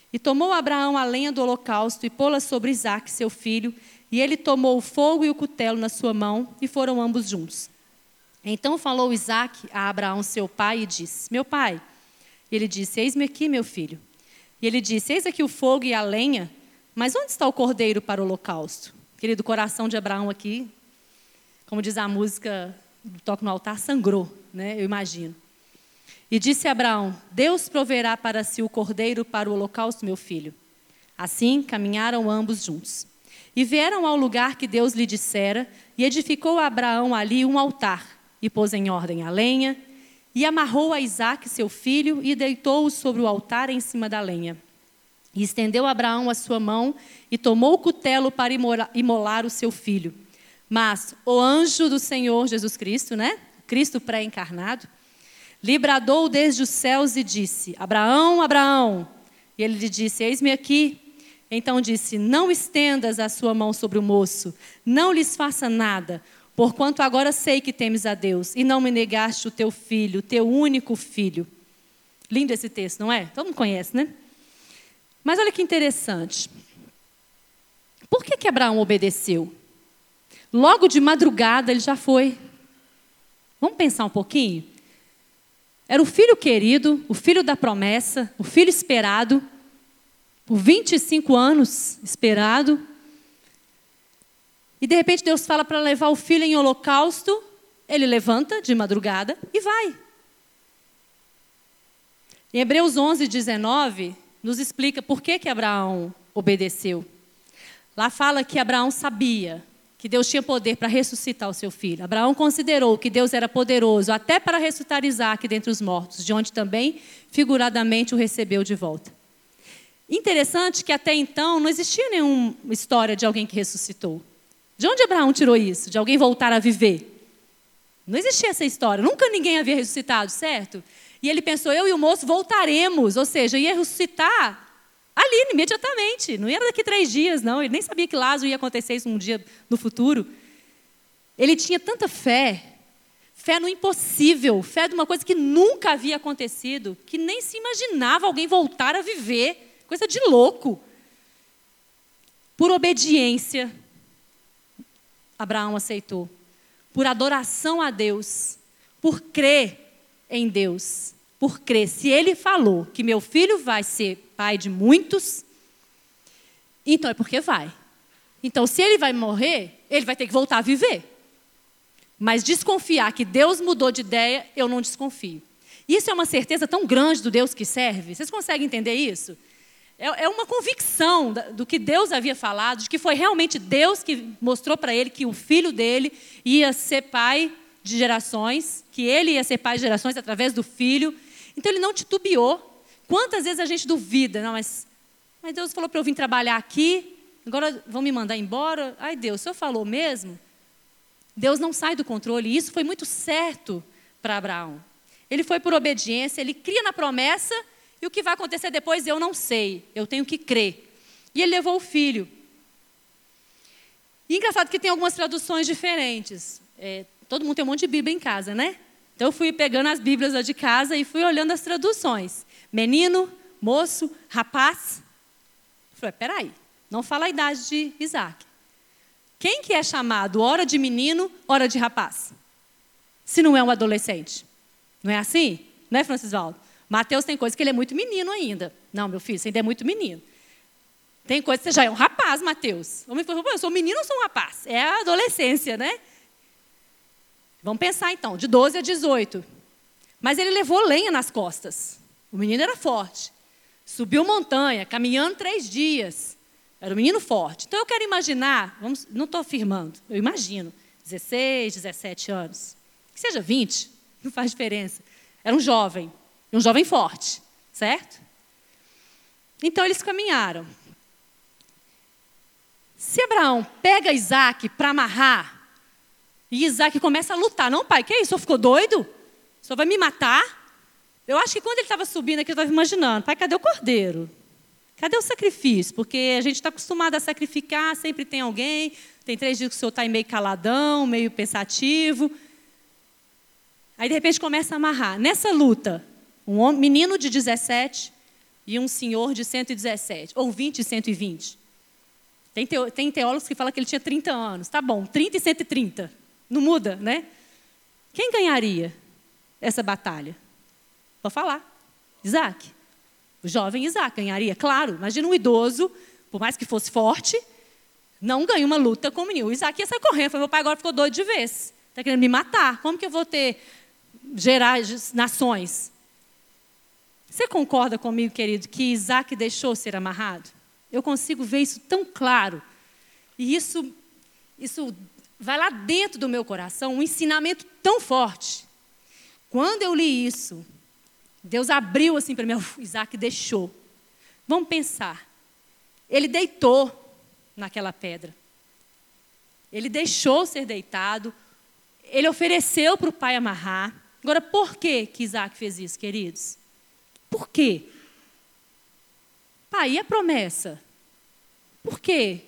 E tomou Abraão a lenha do holocausto e pô-la sobre Isaque, seu filho, e ele tomou o fogo e o cutelo na sua mão, e foram ambos juntos. Então falou Isaque a Abraão, seu pai, e disse: meu pai. E ele disse: eis-me aqui, meu filho. E ele disse: eis aqui o fogo e a lenha, mas onde está o cordeiro para o holocausto? Querido, o coração de Abraão aqui, como diz a música do Toque no Altar, sangrou, né? Eu imagino. E disse Abraão: Deus proverá para si o cordeiro para o holocausto, meu filho. Assim caminharam ambos juntos. E vieram ao lugar que Deus lhe dissera, e edificou Abraão ali um altar, e pôs em ordem a lenha, e amarrou a Isaque, seu filho, e deitou-o sobre o altar em cima da lenha. E estendeu Abraão a sua mão, e tomou o cutelo para imolar o seu filho. Mas o anjo do Senhor Jesus Cristo, né? Cristo pré-encarnado, lhe bradou desde os céus e disse: Abraão, Abraão. E ele lhe disse: eis-me aqui. Então disse: não estendas a sua mão sobre o moço, não lhes faça nada, porquanto agora sei que temes a Deus, e não me negaste o teu filho, o teu único filho. Lindo esse texto, não é? Todo mundo conhece, né? Mas olha que interessante. Por que Abraão obedeceu? Logo de madrugada ele já foi. Vamos pensar um pouquinho? Era o filho querido, o filho da promessa, o filho esperado, por 25 anos esperado. E de repente Deus fala para levar o filho em holocausto. Ele levanta de madrugada e vai. Em Hebreus 11:19, nos explica por que Abraão obedeceu. Lá fala que Abraão sabia que Deus tinha poder para ressuscitar o seu filho. Abraão considerou que Deus era poderoso até para ressuscitar Isaque dentre os mortos, de onde também, figuradamente, o recebeu de volta. Interessante que até então não existia nenhuma história de alguém que ressuscitou. De onde Abraão tirou isso? De alguém voltar a viver? Não existia essa história. Nunca ninguém havia ressuscitado, certo? E ele pensou: eu e o moço voltaremos. Ou seja, ia ressuscitar ali, imediatamente. Não era daqui 3 dias, não. Ele nem sabia que Lázaro ia acontecer isso um dia no futuro. Ele tinha tanta fé no impossível, fé de uma coisa que nunca havia acontecido, que nem se imaginava alguém voltar a viver. Coisa de louco. Por obediência, Abraão aceitou. Por adoração a Deus. Por crer em Deus. Por crer. Se ele falou que meu filho vai ser pai de muitos, então é porque vai. Então, se ele vai morrer, ele vai ter que voltar a viver. Mas desconfiar que Deus mudou de ideia, eu não desconfio. Isso é uma certeza tão grande do Deus que serve. Vocês conseguem entender isso? É uma convicção do que Deus havia falado, de que foi realmente Deus que mostrou para ele que o filho dele ia ser pai de gerações, que ele ia ser pai de gerações através do filho. Então ele não titubeou. Quantas vezes a gente duvida? Não, mas Deus falou para eu vir trabalhar aqui, agora vão me mandar embora? Ai Deus, o Senhor falou mesmo? Deus não sai do controle, e isso foi muito certo para Abraão. Ele foi por obediência, ele cria na promessa. E o que vai acontecer depois eu não sei, eu tenho que crer. E ele levou o filho. E engraçado que tem algumas traduções diferentes. Todo mundo tem um monte de Bíblia em casa, né? Então eu fui pegando as Bíblias lá de casa e fui olhando as traduções. Menino, moço, rapaz. Eu falei: peraí, não fala a idade de Isaque. Quem que é chamado hora de menino, hora de rapaz? Se não é um adolescente. Não é assim? Não é, Francisvaldo? Mateus tem coisa que ele é muito menino ainda. Não, meu filho, você ainda é muito menino. Tem coisa que você já é um rapaz, Mateus. O homem falou: eu sou um menino ou sou um rapaz? É a adolescência, né? Vamos pensar então, de 12 a 18. Mas ele levou lenha nas costas. O menino era forte. Subiu montanha, caminhando 3 dias. Era um menino forte. Então eu quero imaginar, não estou afirmando, eu imagino, 16, 17 anos. Que seja 20, não faz diferença. Era um jovem forte, certo? Então eles caminharam. Se Abraão pega Isaque para amarrar, e Isaque começa a lutar: não, pai, que isso? O senhor ficou doido? O senhor vai me matar? Eu acho que quando ele estava subindo aqui, eu estava imaginando: pai, cadê o cordeiro? Cadê o sacrifício? Porque a gente está acostumado a sacrificar, sempre tem alguém. Tem 3 dias que o senhor está meio caladão, meio pensativo. Aí, de repente, começa a amarrar. Nessa luta, um menino de 17 e um senhor de 117, ou 20 e 120. Tem teólogos que falam que ele tinha 30 anos. Tá bom, 30 e 130. Não muda, né? Quem ganharia essa batalha? Vou falar. Isaac. O jovem Isaac ganharia, claro. Imagina um idoso, por mais que fosse forte, não ganha uma luta com o menino. O Isaac ia sair correndo. Falei, meu pai agora ficou doido de vez. Está querendo me matar. Como que eu vou gerar nações? Você concorda comigo, querido, que Isaac deixou ser amarrado? Eu consigo ver isso tão claro. E isso vai lá dentro do meu coração, um ensinamento tão forte. Quando eu li isso, Deus abriu assim para mim, Isaac deixou. Vamos pensar. Ele deitou naquela pedra. Ele deixou ser deitado. Ele ofereceu para o pai amarrar. Agora, por que Isaac fez isso, queridos? Por quê? Pai, e a promessa? Por quê?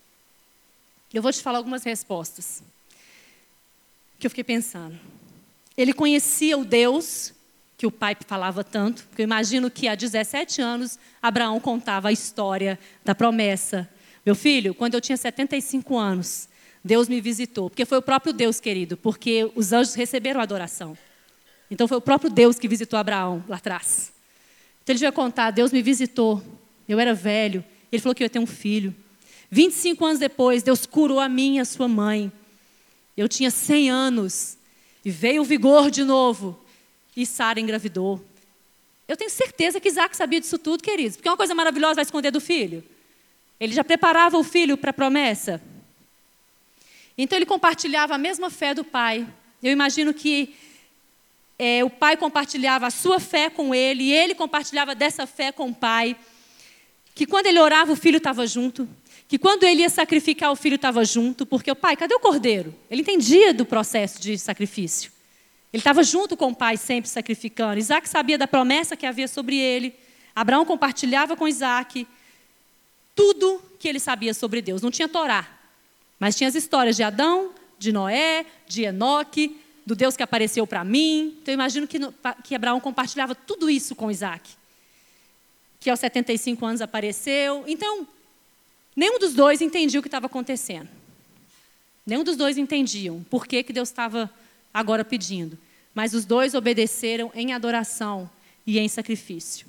Eu vou te falar algumas respostas que eu fiquei pensando. Ele conhecia o Deus que o pai falava tanto, porque eu imagino que há 17 anos Abraão contava a história da promessa. Meu filho, quando eu tinha 75 anos, Deus me visitou, porque foi o próprio Deus, querido, porque os anjos receberam a adoração. Então foi o próprio Deus que visitou Abraão lá atrás. Então ele vai contar, Deus me visitou, eu era velho, ele falou que eu ia ter um filho. 25 anos depois, Deus curou a mim e a sua mãe. Eu tinha 100 anos e veio o vigor de novo e Sara engravidou. Eu tenho certeza que Isaac sabia disso tudo, queridos, porque uma coisa maravilhosa vai esconder do filho. Ele já preparava o filho para a promessa. Então ele compartilhava a mesma fé do pai. Eu imagino que o pai compartilhava a sua fé com ele e ele compartilhava dessa fé com o pai. Que quando ele orava, o filho estava junto. Que quando ele ia sacrificar, o filho estava junto. Porque o pai, cadê o cordeiro? Ele entendia do processo de sacrifício. Ele estava junto com o pai, sempre sacrificando. Isaac sabia da promessa que havia sobre ele. Abraão compartilhava com Isaac tudo que ele sabia sobre Deus. Não tinha Torá, mas tinha as histórias de Adão, de Noé, de Enoque, do Deus que apareceu para mim. Então eu imagino que Abraão compartilhava tudo isso com Isaac. Que aos 75 anos apareceu. Então, nenhum dos dois entendia o que estava acontecendo. Nenhum dos dois entendiam por que Deus estava agora pedindo. Mas os dois obedeceram em adoração e em sacrifício.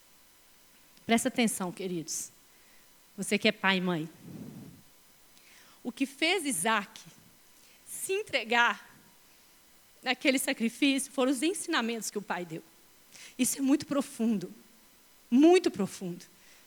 Presta atenção, queridos. Você que é pai e mãe. O que fez Isaac se entregar naquele sacrifício foram os ensinamentos que o pai deu. Isso é muito profundo. Muito profundo.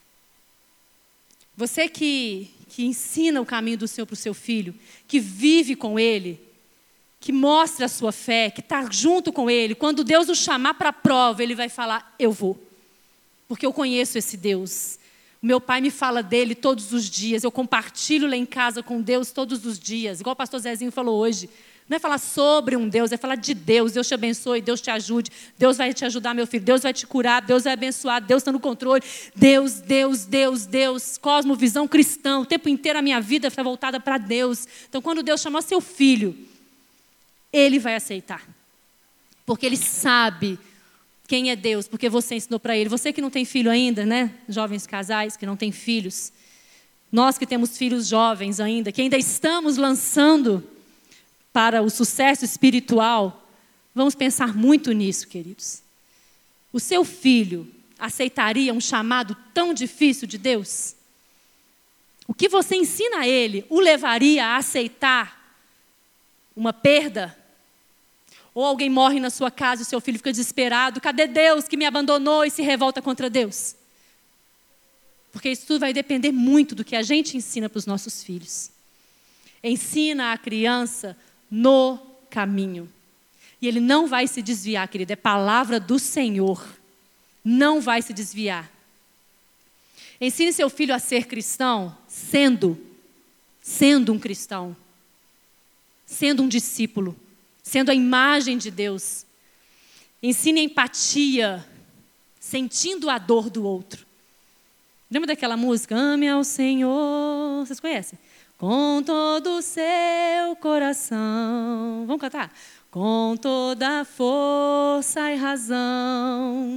Você que ensina o caminho do Senhor para o seu filho, que vive com ele, que mostra a sua fé, que está junto com ele, quando Deus o chamar para a prova, ele vai falar, eu vou. Porque eu conheço esse Deus. O meu pai me fala dele todos os dias, eu compartilho lá em casa com Deus todos os dias, igual o pastor Zezinho falou hoje. Não é falar sobre um Deus, é falar de Deus. Deus te abençoe, Deus te ajude. Deus vai te ajudar, meu filho. Deus vai te curar, Deus vai abençoar. Deus está no controle. Deus, Deus, Deus, Deus. Cosmovisão cristã. O tempo inteiro a minha vida foi voltada para Deus. Então, quando Deus chamar seu filho, ele vai aceitar. Porque ele sabe quem é Deus, porque você ensinou para ele. Você que não tem filho ainda, né? Jovens casais que não têm filhos. Nós que temos filhos jovens ainda, que ainda estamos lançando para o sucesso espiritual, vamos pensar muito nisso, queridos. O seu filho aceitaria um chamado tão difícil de Deus? O que você ensina a ele o levaria a aceitar uma perda? Ou alguém morre na sua casa e o seu filho fica desesperado, cadê Deus que me abandonou e se revolta contra Deus? Porque isso tudo vai depender muito do que a gente ensina para os nossos filhos. Ensina a criança no caminho. E ele não vai se desviar, querido. É palavra do Senhor. Não vai se desviar. Ensine seu filho a ser cristão, sendo um cristão. Sendo um discípulo. Sendo a imagem de Deus. Ensine a empatia, sentindo a dor do outro. Lembra daquela música? Ame ao Senhor. Vocês conhecem? Com todo o seu coração. Vamos cantar? Com toda a força e razão.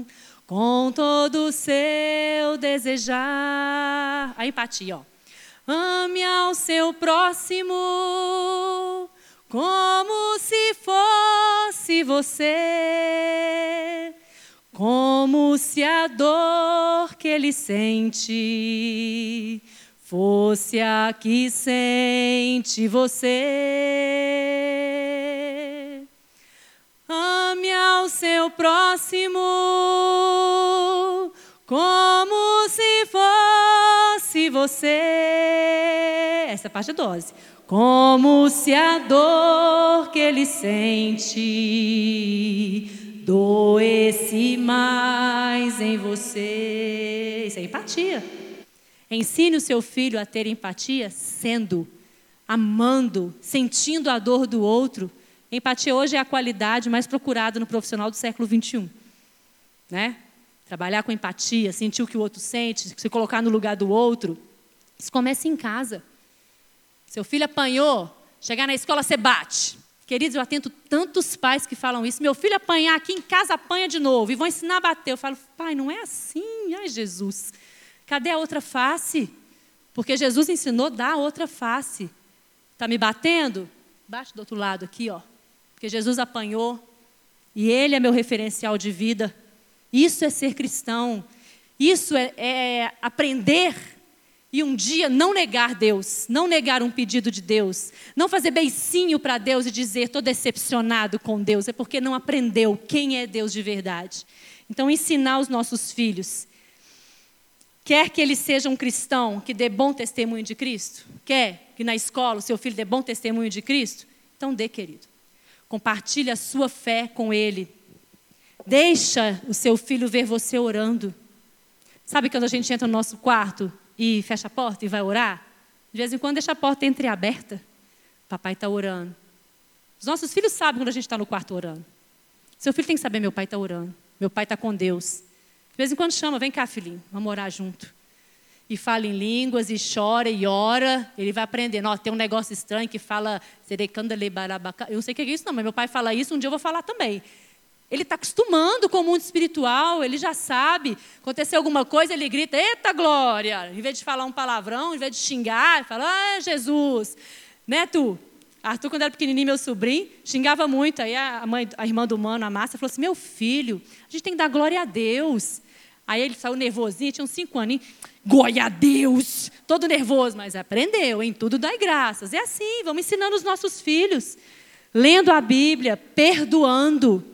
com todo o seu desejar. A empatia, ó. Ame ao seu próximo como se fosse você, como se a dor que ele sente fosse a que sente você. Ame ao seu próximo como se fosse você. Essa parte é dose. Como se a dor que ele sente doesse mais em você. Isso é empatia. Ensine o seu filho a ter empatia sendo, amando, sentindo a dor do outro. Empatia hoje é a qualidade mais procurada no profissional do século XXI. Né? Trabalhar com empatia, sentir o que o outro sente, se colocar no lugar do outro. Isso começa em casa. Seu filho apanhou, chegar na escola você bate. Queridos, eu atento tantos pais que falam isso. Meu filho apanhar aqui em casa, apanha de novo. E vão ensinar a bater. Eu falo, pai, não é assim. Ai, Jesus. Cadê a outra face? Porque Jesus ensinou, dá a outra face. Está me batendo? Bate do outro lado aqui, ó. Porque Jesus apanhou. E Ele é meu referencial de vida. Isso é ser cristão. Isso é aprender e um dia não negar Deus, não negar um pedido de Deus, não fazer beicinho para Deus e dizer, estou decepcionado com Deus, é porque não aprendeu quem é Deus de verdade. Então, ensinar os nossos filhos. Quer que ele seja um cristão que dê bom testemunho de Cristo? Quer que na escola o seu filho dê bom testemunho de Cristo? Então dê, querido. Compartilhe a sua fé com ele. Deixa o seu filho ver você orando. Sabe quando a gente entra no nosso quarto e fecha a porta e vai orar? De vez em quando deixa a porta entreaberta. Papai está orando. Os nossos filhos sabem quando a gente está no quarto orando. Seu filho tem que saber, meu pai está orando. Meu pai está com Deus. De vez em quando chama, vem cá, filhinho, vamos orar junto. E fala em línguas, e chora, e ora. Ele vai aprendendo. Ó, tem um negócio estranho que fala... Eu não sei o que é isso não, mas meu pai fala isso, um dia eu vou falar também. Ele está acostumando com o mundo espiritual, ele já sabe. Aconteceu alguma coisa, ele grita, eita glória! Em vez de falar um palavrão, em vez de xingar, ele fala, ah, Jesus! Né, tu? Arthur, quando era pequenininho, meu sobrinho, xingava muito. Aí a irmã do Mano, a Márcia, falou assim, meu filho, a gente tem que dar glória a Deus. Aí ele saiu nervosinho, tinha uns 5 anos, hein? Glória a Deus! Todo nervoso, mas aprendeu, em tudo dai graças. É assim, vamos ensinando os nossos filhos. Lendo a Bíblia, perdoando,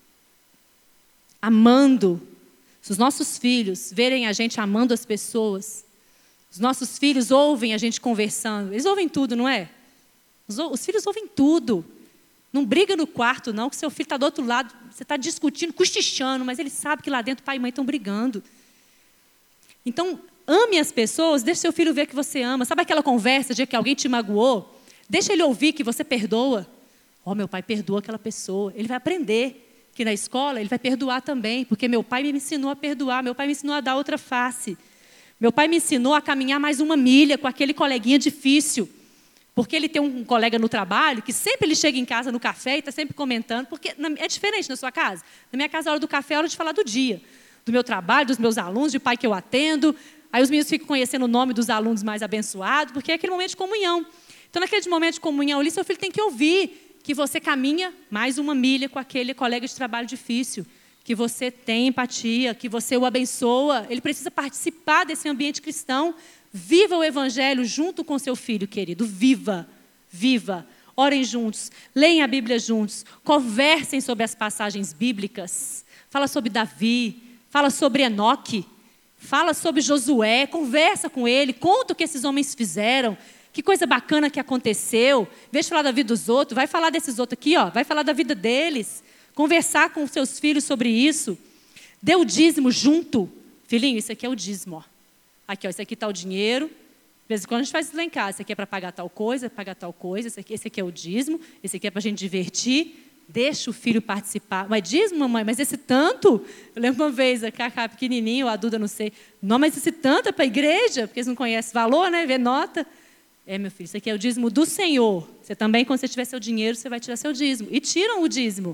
amando. Se os nossos filhos verem a gente amando as pessoas, os nossos filhos ouvem a gente conversando, eles ouvem tudo, não é? Os filhos ouvem tudo. Não briga no quarto, não, que seu filho está do outro lado, você está discutindo, cochichando, mas ele sabe que lá dentro pai e mãe estão brigando. Então, ame as pessoas, deixe seu filho ver que você ama. Sabe aquela conversa de que alguém te magoou? Deixa ele ouvir que você perdoa. Ó, meu pai perdoa aquela pessoa. Ele vai aprender que na escola ele vai perdoar também, porque meu pai me ensinou a perdoar, meu pai me ensinou a dar outra face. Meu pai me ensinou a caminhar mais 1 milha com aquele coleguinha difícil. Porque ele tem um colega no trabalho que sempre ele chega em casa no café e está sempre comentando, porque é diferente na sua casa. Na minha casa, a hora do café é a hora de falar do dia, do meu trabalho, dos meus alunos, de pai que eu atendo. Aí os meninos ficam conhecendo o nome dos alunos mais abençoados, porque é aquele momento de comunhão. Então, naquele momento de comunhão ali, seu filho tem que ouvir que você caminha mais 1 milha com aquele colega de trabalho difícil, que você tem empatia, que você o abençoa. Ele precisa participar desse ambiente cristão. Viva o Evangelho junto com seu filho, querido. Viva, viva. Orem juntos, leem a Bíblia juntos, conversem sobre as passagens bíblicas. Fala sobre Davi, fala sobre Enoque, fala sobre Josué, conversa com ele, conta o que esses homens fizeram, que coisa bacana que aconteceu. Em vez de falar da vida dos outros, vai falar desses outros aqui, ó, vai falar da vida deles. Conversar com seus filhos sobre isso. Dê o dízimo junto. Filhinho, isso aqui é o dízimo, ó. Aqui, ó, esse aqui está o dinheiro. De vez em quando a gente faz isso lá em casa. Esse aqui é para pagar tal coisa, pagar tal coisa. Esse aqui é o dízimo. Esse aqui é para a gente divertir. Deixa o filho participar. Mas dízimo, mamãe, mas esse tanto? Eu lembro uma vez, a Cacá pequenininho, a Duda, não sei. Não, mas esse tanto é para a igreja? Porque eles não conhecem valor, né? Vê nota. É, meu filho, isso aqui é o dízimo do Senhor. Você também, quando você tiver seu dinheiro, você vai tirar seu dízimo. E tiram o dízimo.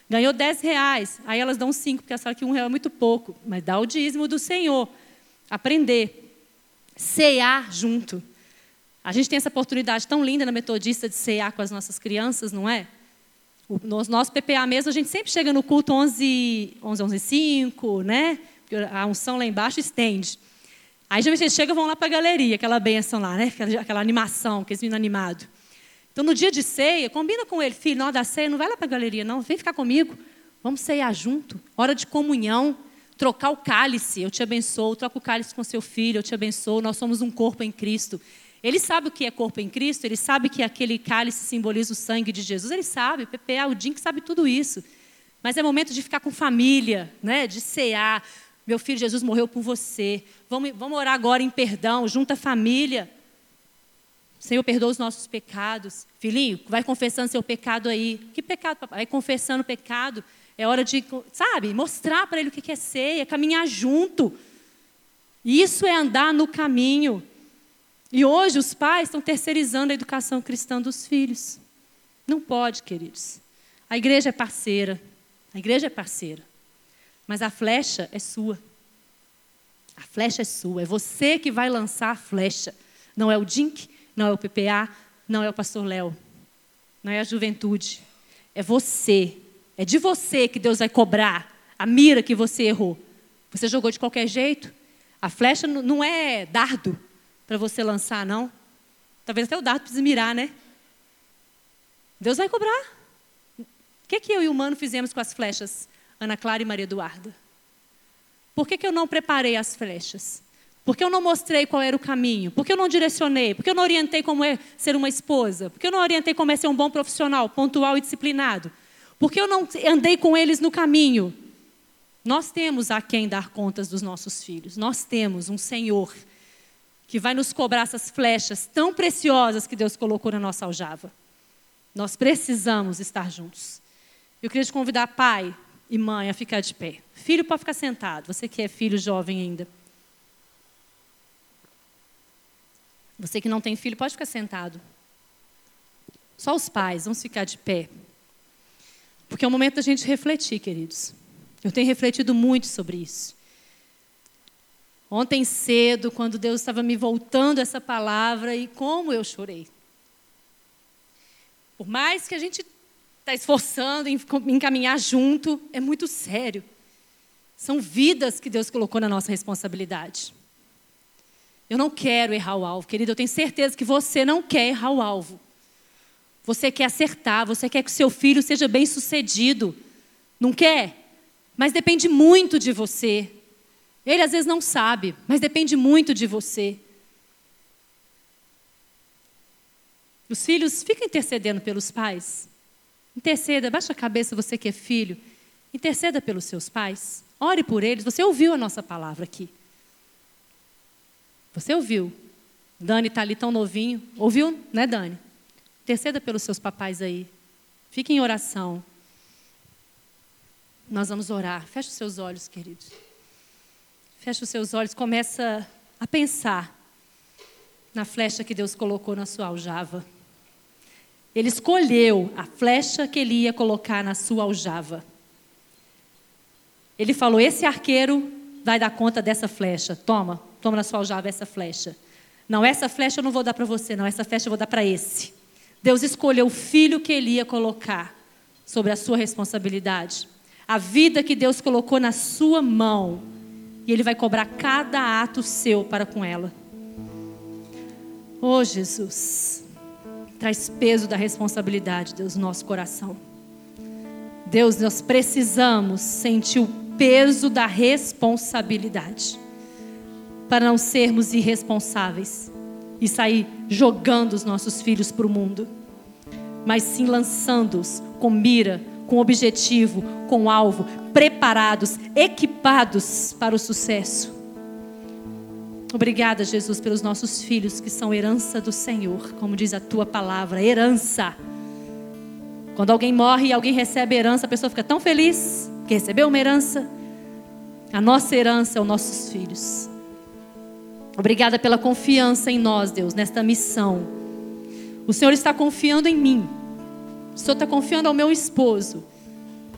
Ganhou R$10, aí elas dão 5, porque elas falam que R$1 é muito pouco. Mas dá o dízimo do Senhor. Aprender. Cear junto. A gente tem essa oportunidade tão linda na Metodista de cear com as nossas crianças, não é? No nosso PPA mesmo, a gente sempre chega no culto 11h05, né? A unção lá embaixo estende. Aí, geralmente, a gente chega e vão lá para a galeria, aquela bênção lá, né? Aquela animação, aqueles meninos animados. Então, no dia de ceia, combina com ele, filho, na hora da ceia, não vai lá para a galeria, não, vem ficar comigo. Vamos ceiar junto. Hora de comunhão, trocar o cálice, eu te abençoo, troca o cálice com seu filho, eu te abençoo, nós somos um corpo em Cristo. Ele sabe o que é corpo em Cristo, ele sabe que aquele cálice simboliza o sangue de Jesus, ele sabe, o PPA, o Dink sabe tudo isso. Mas é momento de ficar com família, né? De cear. Meu filho, Jesus morreu por você. Vamos orar agora em perdão, junta a família. Senhor, perdoa os nossos pecados. Filhinho, vai confessando seu pecado aí. Que pecado, papai? Vai confessando o pecado. É hora de, sabe, mostrar para ele o que é ceia, caminhar junto. Isso é andar no caminho. E hoje os pais estão terceirizando a educação cristã dos filhos. Não pode, queridos. A igreja é parceira. A igreja é parceira. Mas a flecha é sua. A flecha é sua. É você que vai lançar a flecha. Não é o Dink, não é o PPA, não é o pastor Léo. Não é a juventude. É você. É de você que Deus vai cobrar a mira que você errou. Você jogou de qualquer jeito. A flecha não é dardo para você lançar, não. Talvez até o dardo precise mirar, né? Deus vai cobrar. O que eu e o Mano fizemos com as flechas, Ana Clara e Maria Eduarda? Por que eu não preparei as flechas? Por que eu não mostrei qual era o caminho? Por que eu não direcionei? Por que eu não orientei como é ser uma esposa? Por que eu não orientei como é ser um bom profissional, pontual e disciplinado? Por que eu não andei com eles no caminho? Nós temos a quem dar contas dos nossos filhos. Nós temos um Senhor que vai nos cobrar essas flechas tão preciosas que Deus colocou na nossa aljava. Nós precisamos estar juntos. Eu queria te convidar, pai e mãe, a ficar de pé. Filho pode ficar sentado, você que é filho jovem ainda. Você que não tem filho pode ficar sentado. Só os pais, vamos ficar de pé. Porque é o momento da gente refletir, queridos. Eu tenho refletido muito sobre isso. Ontem cedo, quando Deus estava me voltando essa palavra, e como eu chorei. Por mais que a gente está esforçando em encaminhar junto, é muito sério. São vidas que Deus colocou na nossa responsabilidade. Eu não quero errar o alvo, querido. Eu tenho certeza que você não quer errar o alvo. Você quer acertar, você quer que o seu filho seja bem-sucedido. Não quer? Mas depende muito de você. Ele às vezes não sabe, mas depende muito de você. Os filhos ficam intercedendo pelos pais. Interceda, baixa a cabeça você que é filho. Interceda pelos seus pais. Ore por eles. Você ouviu a nossa palavra aqui. Você ouviu. Dani está ali tão novinho. Ouviu, né, Dani? Interceda pelos seus papais aí. Fique em oração. Nós vamos orar. Feche os seus olhos, queridos. Feche os seus olhos, começa a pensar na flecha que Deus colocou na sua aljava. Ele escolheu a flecha que ele ia colocar na sua aljava. Ele falou, esse arqueiro vai dar conta dessa flecha. Toma na sua aljava essa flecha. Não, essa flecha eu não vou dar para você, não. Essa flecha eu vou dar para esse. Deus escolheu o filho que ele ia colocar sobre a sua responsabilidade. A vida que Deus colocou na sua mão. E Ele vai cobrar cada ato seu para com ela. Oh, Jesus. Traz peso da responsabilidade, Deus, no nosso coração. Deus, nós precisamos sentir o peso da responsabilidade. Para não sermos irresponsáveis. E sair jogando os nossos filhos para o mundo. Mas sim lançando-os com mira, com objetivo, com alvo, preparados, equipados para o sucesso. Obrigada, Jesus, pelos nossos filhos que são herança do Senhor, como diz a tua palavra, herança. Quando alguém morre e alguém recebe herança, a pessoa fica tão feliz que recebeu uma herança. A nossa herança é os nossos filhos. Obrigada pela confiança em nós, Deus, nesta missão. O Senhor está confiando em mim. O Senhor está confiando ao meu esposo.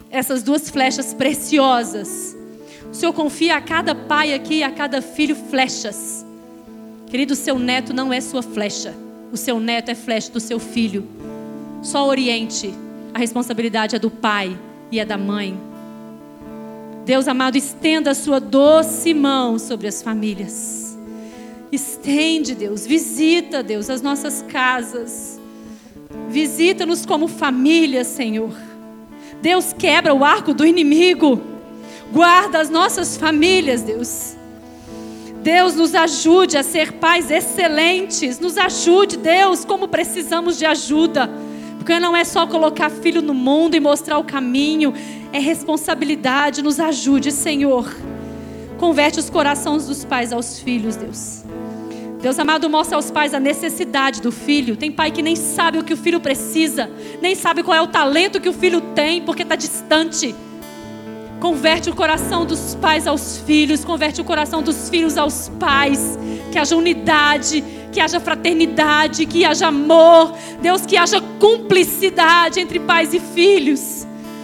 essas 2 flechas preciosas. O Senhor confia a cada pai aqui, a cada filho, flechas. Querido, o seu neto não é sua flecha. O seu neto é flecha do seu filho. Só oriente. A responsabilidade é do pai e é da mãe. Deus amado, estenda a sua doce mão sobre as famílias. Estende, Deus. Visita, Deus, as nossas casas. Visita-nos como família, Senhor. Deus, quebra o arco do inimigo. Guarda as nossas famílias, Deus. Deus, nos ajude a ser pais excelentes. Nos ajude, Deus, como precisamos de ajuda. Porque não é só colocar filho no mundo e mostrar o caminho. É responsabilidade. Nos ajude, Senhor. Converte os corações dos pais aos filhos, Deus. Deus amado, mostra aos pais a necessidade do filho. Tem pai que nem sabe o que o filho precisa. Nem sabe qual é o talento que o filho tem, porque está distante. Converte o coração dos pais aos filhos. Converte o coração dos filhos aos pais. Que haja unidade, que haja fraternidade, que haja amor. Deus, que haja cumplicidade entre pais e filhos.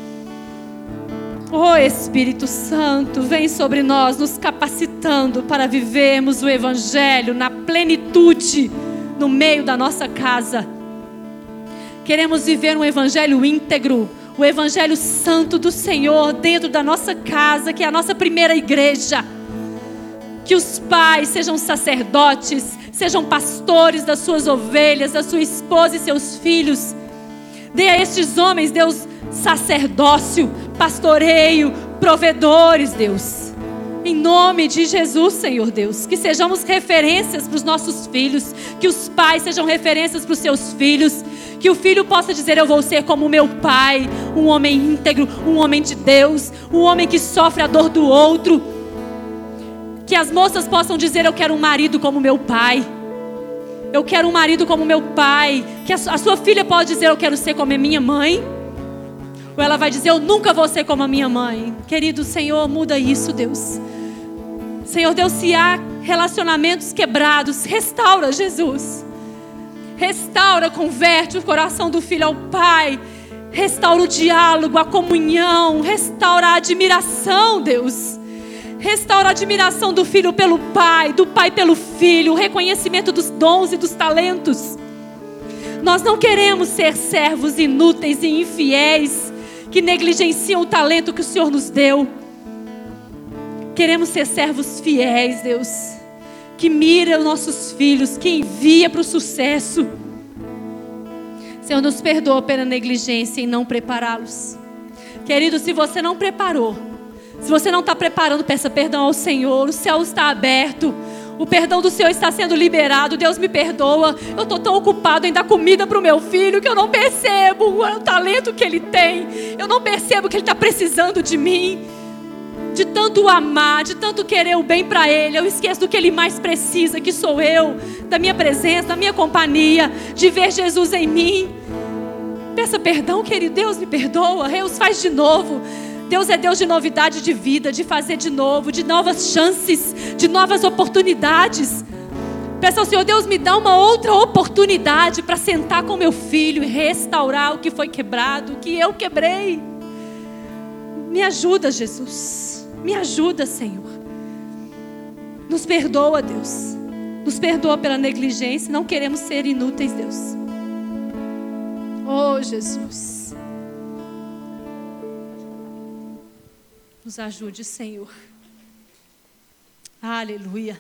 Oh Espírito Santo, vem sobre nós, nos capacitando para vivermos o Evangelho na plenitude, no meio da nossa casa. Queremos viver um Evangelho íntegro, o Evangelho Santo do Senhor dentro da nossa casa, que é a nossa primeira igreja. Que os pais sejam sacerdotes, sejam pastores das suas ovelhas, da sua esposa e seus filhos. Dê a estes homens, Deus, sacerdócio, pastoreio, provedores, Deus. Em nome de Jesus, Senhor Deus. Que sejamos referências para os nossos filhos. Que os pais sejam referências para os seus filhos. Que o filho possa dizer: eu vou ser como meu pai. Um homem íntegro, um homem de Deus. Um homem que sofre a dor do outro. Que as moças possam dizer: eu quero um marido como meu pai. Eu quero um marido como meu pai. Que a sua filha pode dizer: eu quero ser como a minha mãe. Ou ela vai dizer: eu nunca vou ser como a minha mãe. Querido Senhor, muda isso, Deus. Senhor Deus, se há relacionamentos quebrados, restaura, Jesus. Restaura, converte o coração do filho ao pai. Restaura o diálogo, a comunhão. Restaura a admiração, Deus. Restaura a admiração do filho pelo pai, do pai pelo filho, o reconhecimento dos dons e dos talentos. Nós não queremos ser servos inúteis e infiéis, que negligenciam o talento que o Senhor nos deu. Queremos ser servos fiéis, Deus, que mira os nossos filhos, que envia para o sucesso. Senhor, nos perdoa pela negligência em não prepará-los. Querido, se você não preparou, se você não está preparando, peça perdão ao Senhor. O céu está aberto. O perdão do Senhor está sendo liberado. Deus me perdoa. Eu estou tão ocupado em dar comida para o meu filho que eu não percebo o talento que ele tem. Eu não percebo que ele está precisando de mim. De tanto amar, de tanto querer o bem para ele. Eu esqueço do que ele mais precisa, que sou eu. Da minha presença, da minha companhia. De ver Jesus em mim. Peça perdão, querido. Deus me perdoa. Deus faz de novo. Deus é Deus de novidade de vida, de fazer de novo, de novas chances, de novas oportunidades. Peça ao Senhor: Deus, me dá uma outra oportunidade para sentar com meu filho e restaurar o que foi quebrado, o que eu quebrei. Me ajuda, Jesus. Me ajuda, Senhor. Nos perdoa, Deus. Nos perdoa pela negligência. Não queremos ser inúteis, Deus. Oh, Jesus. Nos ajude, Senhor. Aleluia.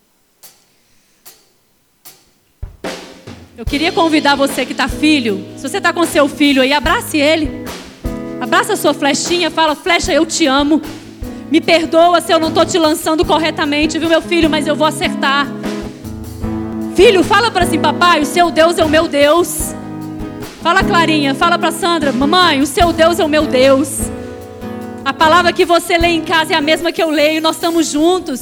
Eu queria convidar você que está filho. Se você está com seu filho aí, abrace ele. Abraça a sua flechinha. Fala: flecha, eu te amo. Me perdoa se eu não estou te lançando corretamente, viu, meu filho? Mas eu vou acertar. Filho, fala para assim: papai, o seu Deus é o meu Deus. Fala, Clarinha. Fala para Sandra: mamãe, o seu Deus é o meu Deus. A palavra que você lê em casa é a mesma que eu leio. Nós estamos juntos.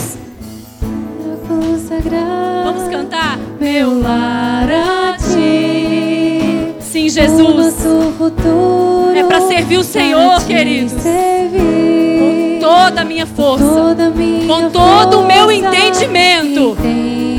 Vamos cantar? Meu lar a ti. Sim, Jesus. É para servir o Senhor, queridos. Com toda a minha força. Com todo o meu entendimento.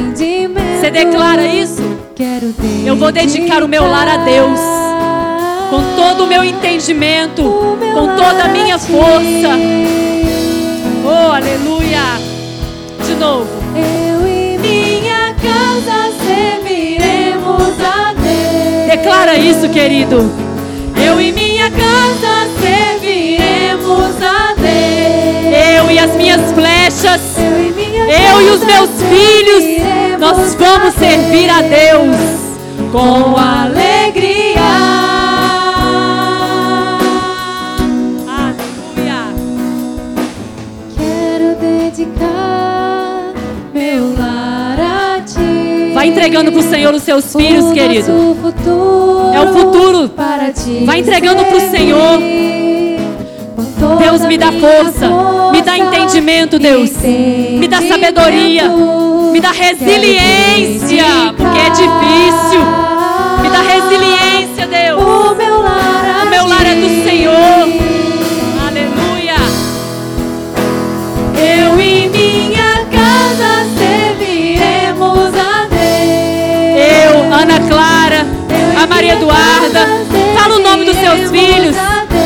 Você declara isso? Eu vou dedicar o meu lar a Deus. com todo o meu entendimento, com toda a minha força. Oh, aleluia. De novo. Eu e minha casa serviremos a Deus. Declara isso, querido. Eu e minha casa serviremos a Deus. Eu e as minhas flechas, Eu eu e os meus filhos, nós vamos servir a Deus com alegria. Aleluia. Quero dedicar meu lar a Ti. Vai entregando para o Senhor os seus filhos, O querido. nosso futuro É o futuro. para Ti. Vai entregando pro Senhor. Deus, me dá força, me dá entendimento, Deus. Me dá sabedoria, me dá resiliência, porque é difícil. Me dá resiliência, Deus. O meu lar é do Senhor. Aleluia. Eu e minha casa serviremos a Deus. Eu, Ana Clara, a Maria Eduarda, fala o nome dos seus filhos.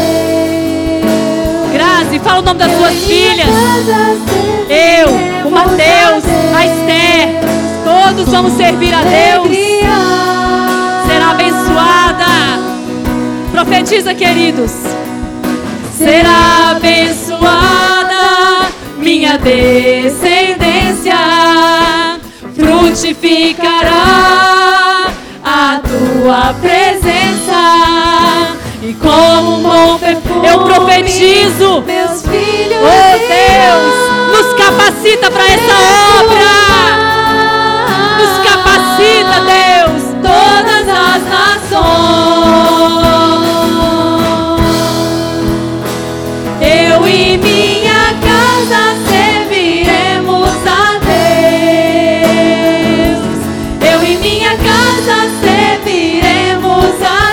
Grazi, fala o nome das suas filhas. Eu, o Mateus, a Esther, todos vamos servir a Deus. Será abençoada. Profetiza, queridos. Será abençoada minha descendência, frutificará a tua presença, e como um bom perfume Eu profetizo. meus filhos, Oh Deus, nos capacita para essa obra. Nos capacita, Deus. todas as nações. Eu e minha casa serviremos a Deus. Eu e minha casa serviremos a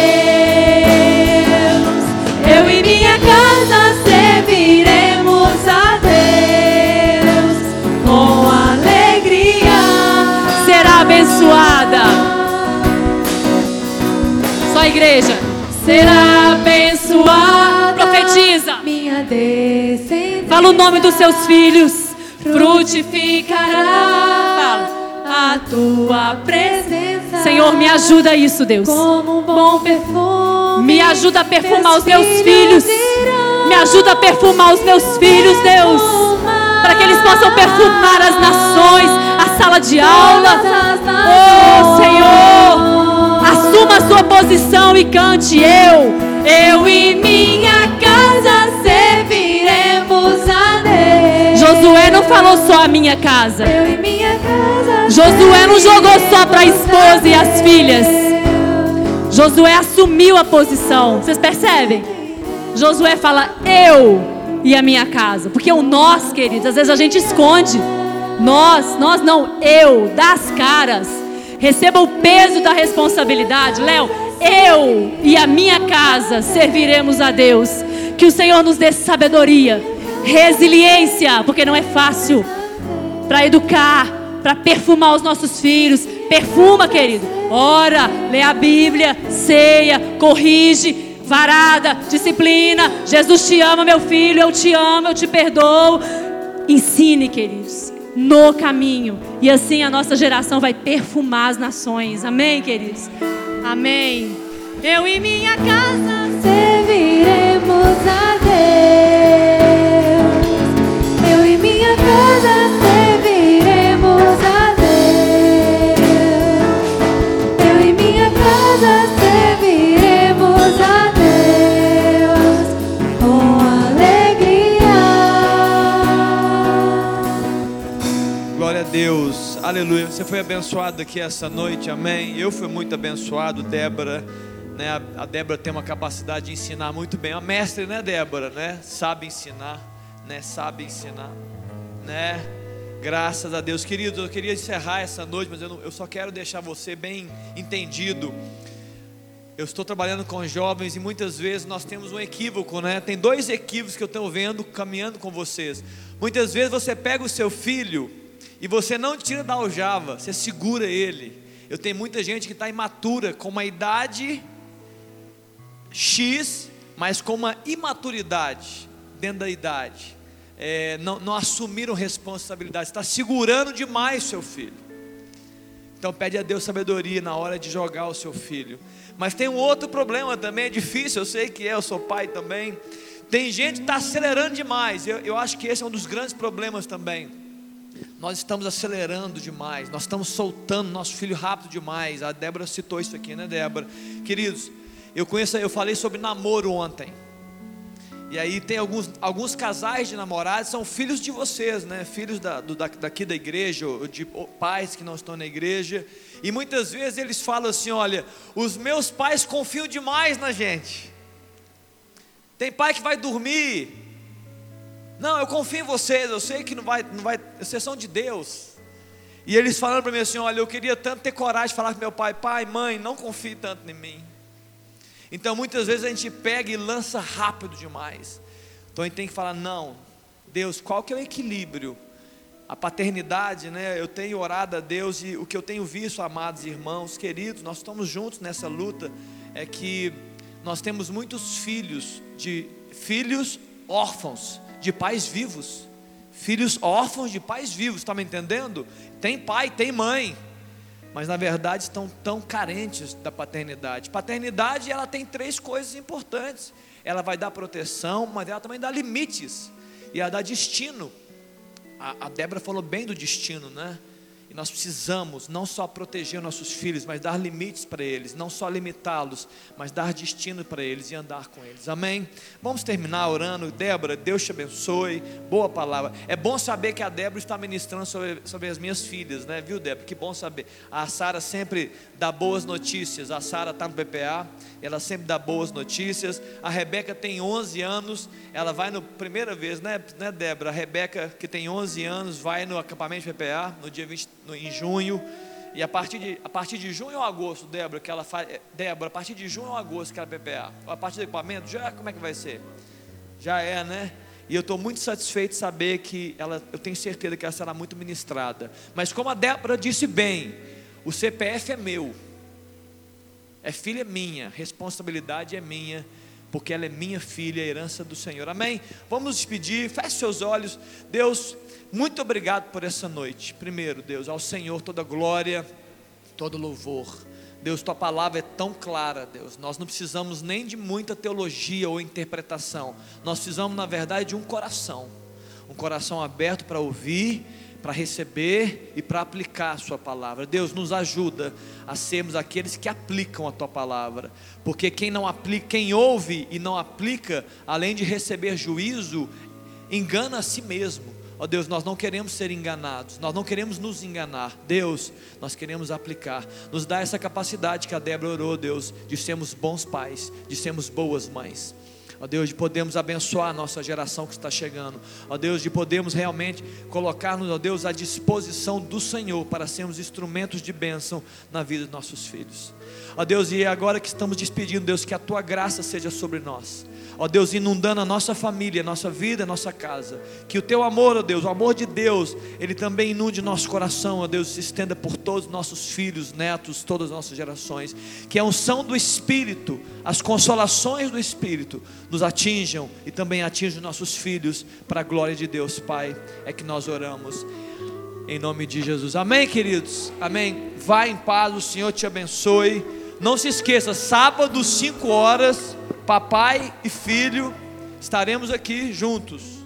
Deus. Eu e minha casa serviremos a Deus com alegria. Será abençoada. Só a igreja. Será abençoada Profetiza. minha descendência. Fala o nome dos seus filhos. Frutificará a tua presença. Senhor, me ajuda a isso, Deus. Como um bom perfume. Me ajuda a perfumar os meus teus filhos. irão Me ajuda a perfumar os meus filhos, Deus. Para que eles possam perfumar as nações, a sala de aula. Oh, Senhor, assuma a sua posição e cante. Eu e minha casa serviremos a Deus. Josué não falou só a minha casa. Eu e minha casa. Josué não jogou só para a esposa e as filhas. Josué assumiu a posição. Vocês percebem? Josué fala eu e a minha casa. Porque o nós, queridos, às vezes a gente esconde. Nós não, eu, dá as caras. Receba o peso da responsabilidade. Léo, eu e a minha casa serviremos a Deus. Que o Senhor nos dê sabedoria, resiliência, porque não é fácil, para educar, para perfumar os nossos filhos. Perfuma, querido. Ora, lê a Bíblia, ceia, corrige, varada, disciplina. Jesus te ama, meu filho, eu te amo, eu te perdoo. Ensine, queridos, no caminho. E assim a nossa geração vai perfumar as nações. Amém, queridos? Amém. Eu e minha casa Serviremos a Deus. Eu e minha casa serviremos a Deus. Eu e minha casa serviremos a Deus com alegria. Glória a Deus, aleluia. Você foi abençoado aqui essa noite, amém? Eu fui muito abençoado, Débora, né? A Débora tem uma capacidade de ensinar muito bem. A mestre, né, Débora, né? Sabe ensinar, né? Sabe ensinar, né? Graças a Deus. Queridos, eu queria encerrar essa noite, mas eu só quero deixar você bem entendido. Eu estou trabalhando com jovens e muitas vezes nós temos um equívoco, né? Tem dois equívocos que eu estou vendo caminhando com vocês. Muitas vezes você pega o seu filho e você não tira da aljava, você segura ele. Eu tenho muita gente que está imatura, com uma idade X, mas com uma imaturidade dentro da idade. Não assumiram responsabilidade, está segurando demais seu filho. Então pede a Deus sabedoria na hora de jogar o seu filho. Mas tem um outro problema também, é difícil, eu sei que eu sou pai também. Tem gente que está acelerando demais. Eu acho que esse é um dos grandes problemas também. Nós estamos acelerando demais, nós estamos soltando nosso filho rápido demais. A Débora citou isso aqui, né, Débora? Queridos, eu falei sobre namoro ontem. E aí tem alguns casais de namorados, são filhos de vocês, né? Filhos daqui da igreja, ou de pais que não estão na igreja. E muitas vezes eles falam assim: olha, os meus pais confiam demais na gente. Tem pai que vai dormir: não, eu confio em vocês, eu sei que não vai, vocês são de Deus. E eles falando para mim assim: olha, eu queria tanto ter coragem de falar com meu pai: pai, mãe, não confie tanto em mim. Então muitas vezes a gente pega e lança rápido demais. Então a gente tem que falar: não, Deus, qual que é o equilíbrio? A paternidade, né? Eu tenho orado a Deus, e o que eu tenho visto, amados irmãos, queridos, nós estamos juntos nessa luta, é que nós temos muitos filhos órfãos de pais vivos. Filhos órfãos de pais vivos, está me entendendo? Tem pai, tem mãe, mas na verdade estão tão carentes da paternidade. Paternidade, ela tem 3 coisas importantes. Ela vai dar proteção, mas ela também dá limites, e ela dá destino. A Débora falou bem do destino, né? E nós precisamos não só proteger nossos filhos, mas dar limites para eles, não só limitá-los, mas dar destino para eles e andar com eles. Amém? Vamos terminar orando. Débora, Deus te abençoe. Boa palavra. É bom saber que a Débora está ministrando sobre as minhas filhas, né? Viu, Débora? Que bom saber. A Sara sempre dá boas notícias. A Sara está no PPA, ela sempre dá boas notícias. A Rebeca tem 11 anos, ela vai primeira vez, né, Débora? A Rebeca, que tem 11 anos, vai no acampamento PPA no dia 20, em junho. E a partir de junho ou agosto, Débora, que ela faz. Débora, a partir de junho ou agosto que ela PPA? A partir do equipamento, como é que vai ser? Já é, né? E eu estou muito satisfeito de saber que eu tenho certeza que ela será muito ministrada. Mas como a Débora disse bem, o CPF é meu, filha minha, responsabilidade é minha, porque ela é minha filha, a herança do Senhor. Amém? Vamos nos despedir, feche seus olhos. Deus, muito obrigado por essa noite. Primeiro, Deus, ao Senhor toda glória, todo louvor. Deus, tua palavra é tão clara, Deus. Nós não precisamos nem de muita teologia ou interpretação. Nós precisamos, na verdade, de um coração aberto para ouvir, para receber e para aplicar a sua palavra. Deus, nos ajuda a sermos aqueles que aplicam a tua palavra, porque quem ouve e não aplica, além de receber juízo, engana a si mesmo. Ó Deus, nós não queremos ser enganados, nós não queremos nos enganar. Deus, nós queremos aplicar. Nos dá essa capacidade que a Débora orou, Deus, de sermos bons pais, de sermos boas mães. Ó Deus, de podermos abençoar a nossa geração que está chegando. Ó Deus, de podermos realmente colocar-nos, ó Deus, à disposição do Senhor, para sermos instrumentos de bênção na vida dos nossos filhos. Ó Deus, e agora que estamos despedindo, Deus, que a tua graça seja sobre nós. Ó Deus, inundando a nossa família, a nossa vida, a nossa casa. Que o teu amor, ó Deus, o amor de Deus, ele também inunde nosso coração, ó Deus, se estenda por todos os nossos filhos, netos, todas as nossas gerações. Que a unção do Espírito, as consolações do Espírito nos atinjam e também atinjam nossos filhos, para a glória de Deus, Pai. É que nós oramos em nome de Jesus. Amém, queridos? Amém. Vá em paz, o Senhor te abençoe. Não se esqueça, sábado 5 horas, papai e filho estaremos aqui juntos.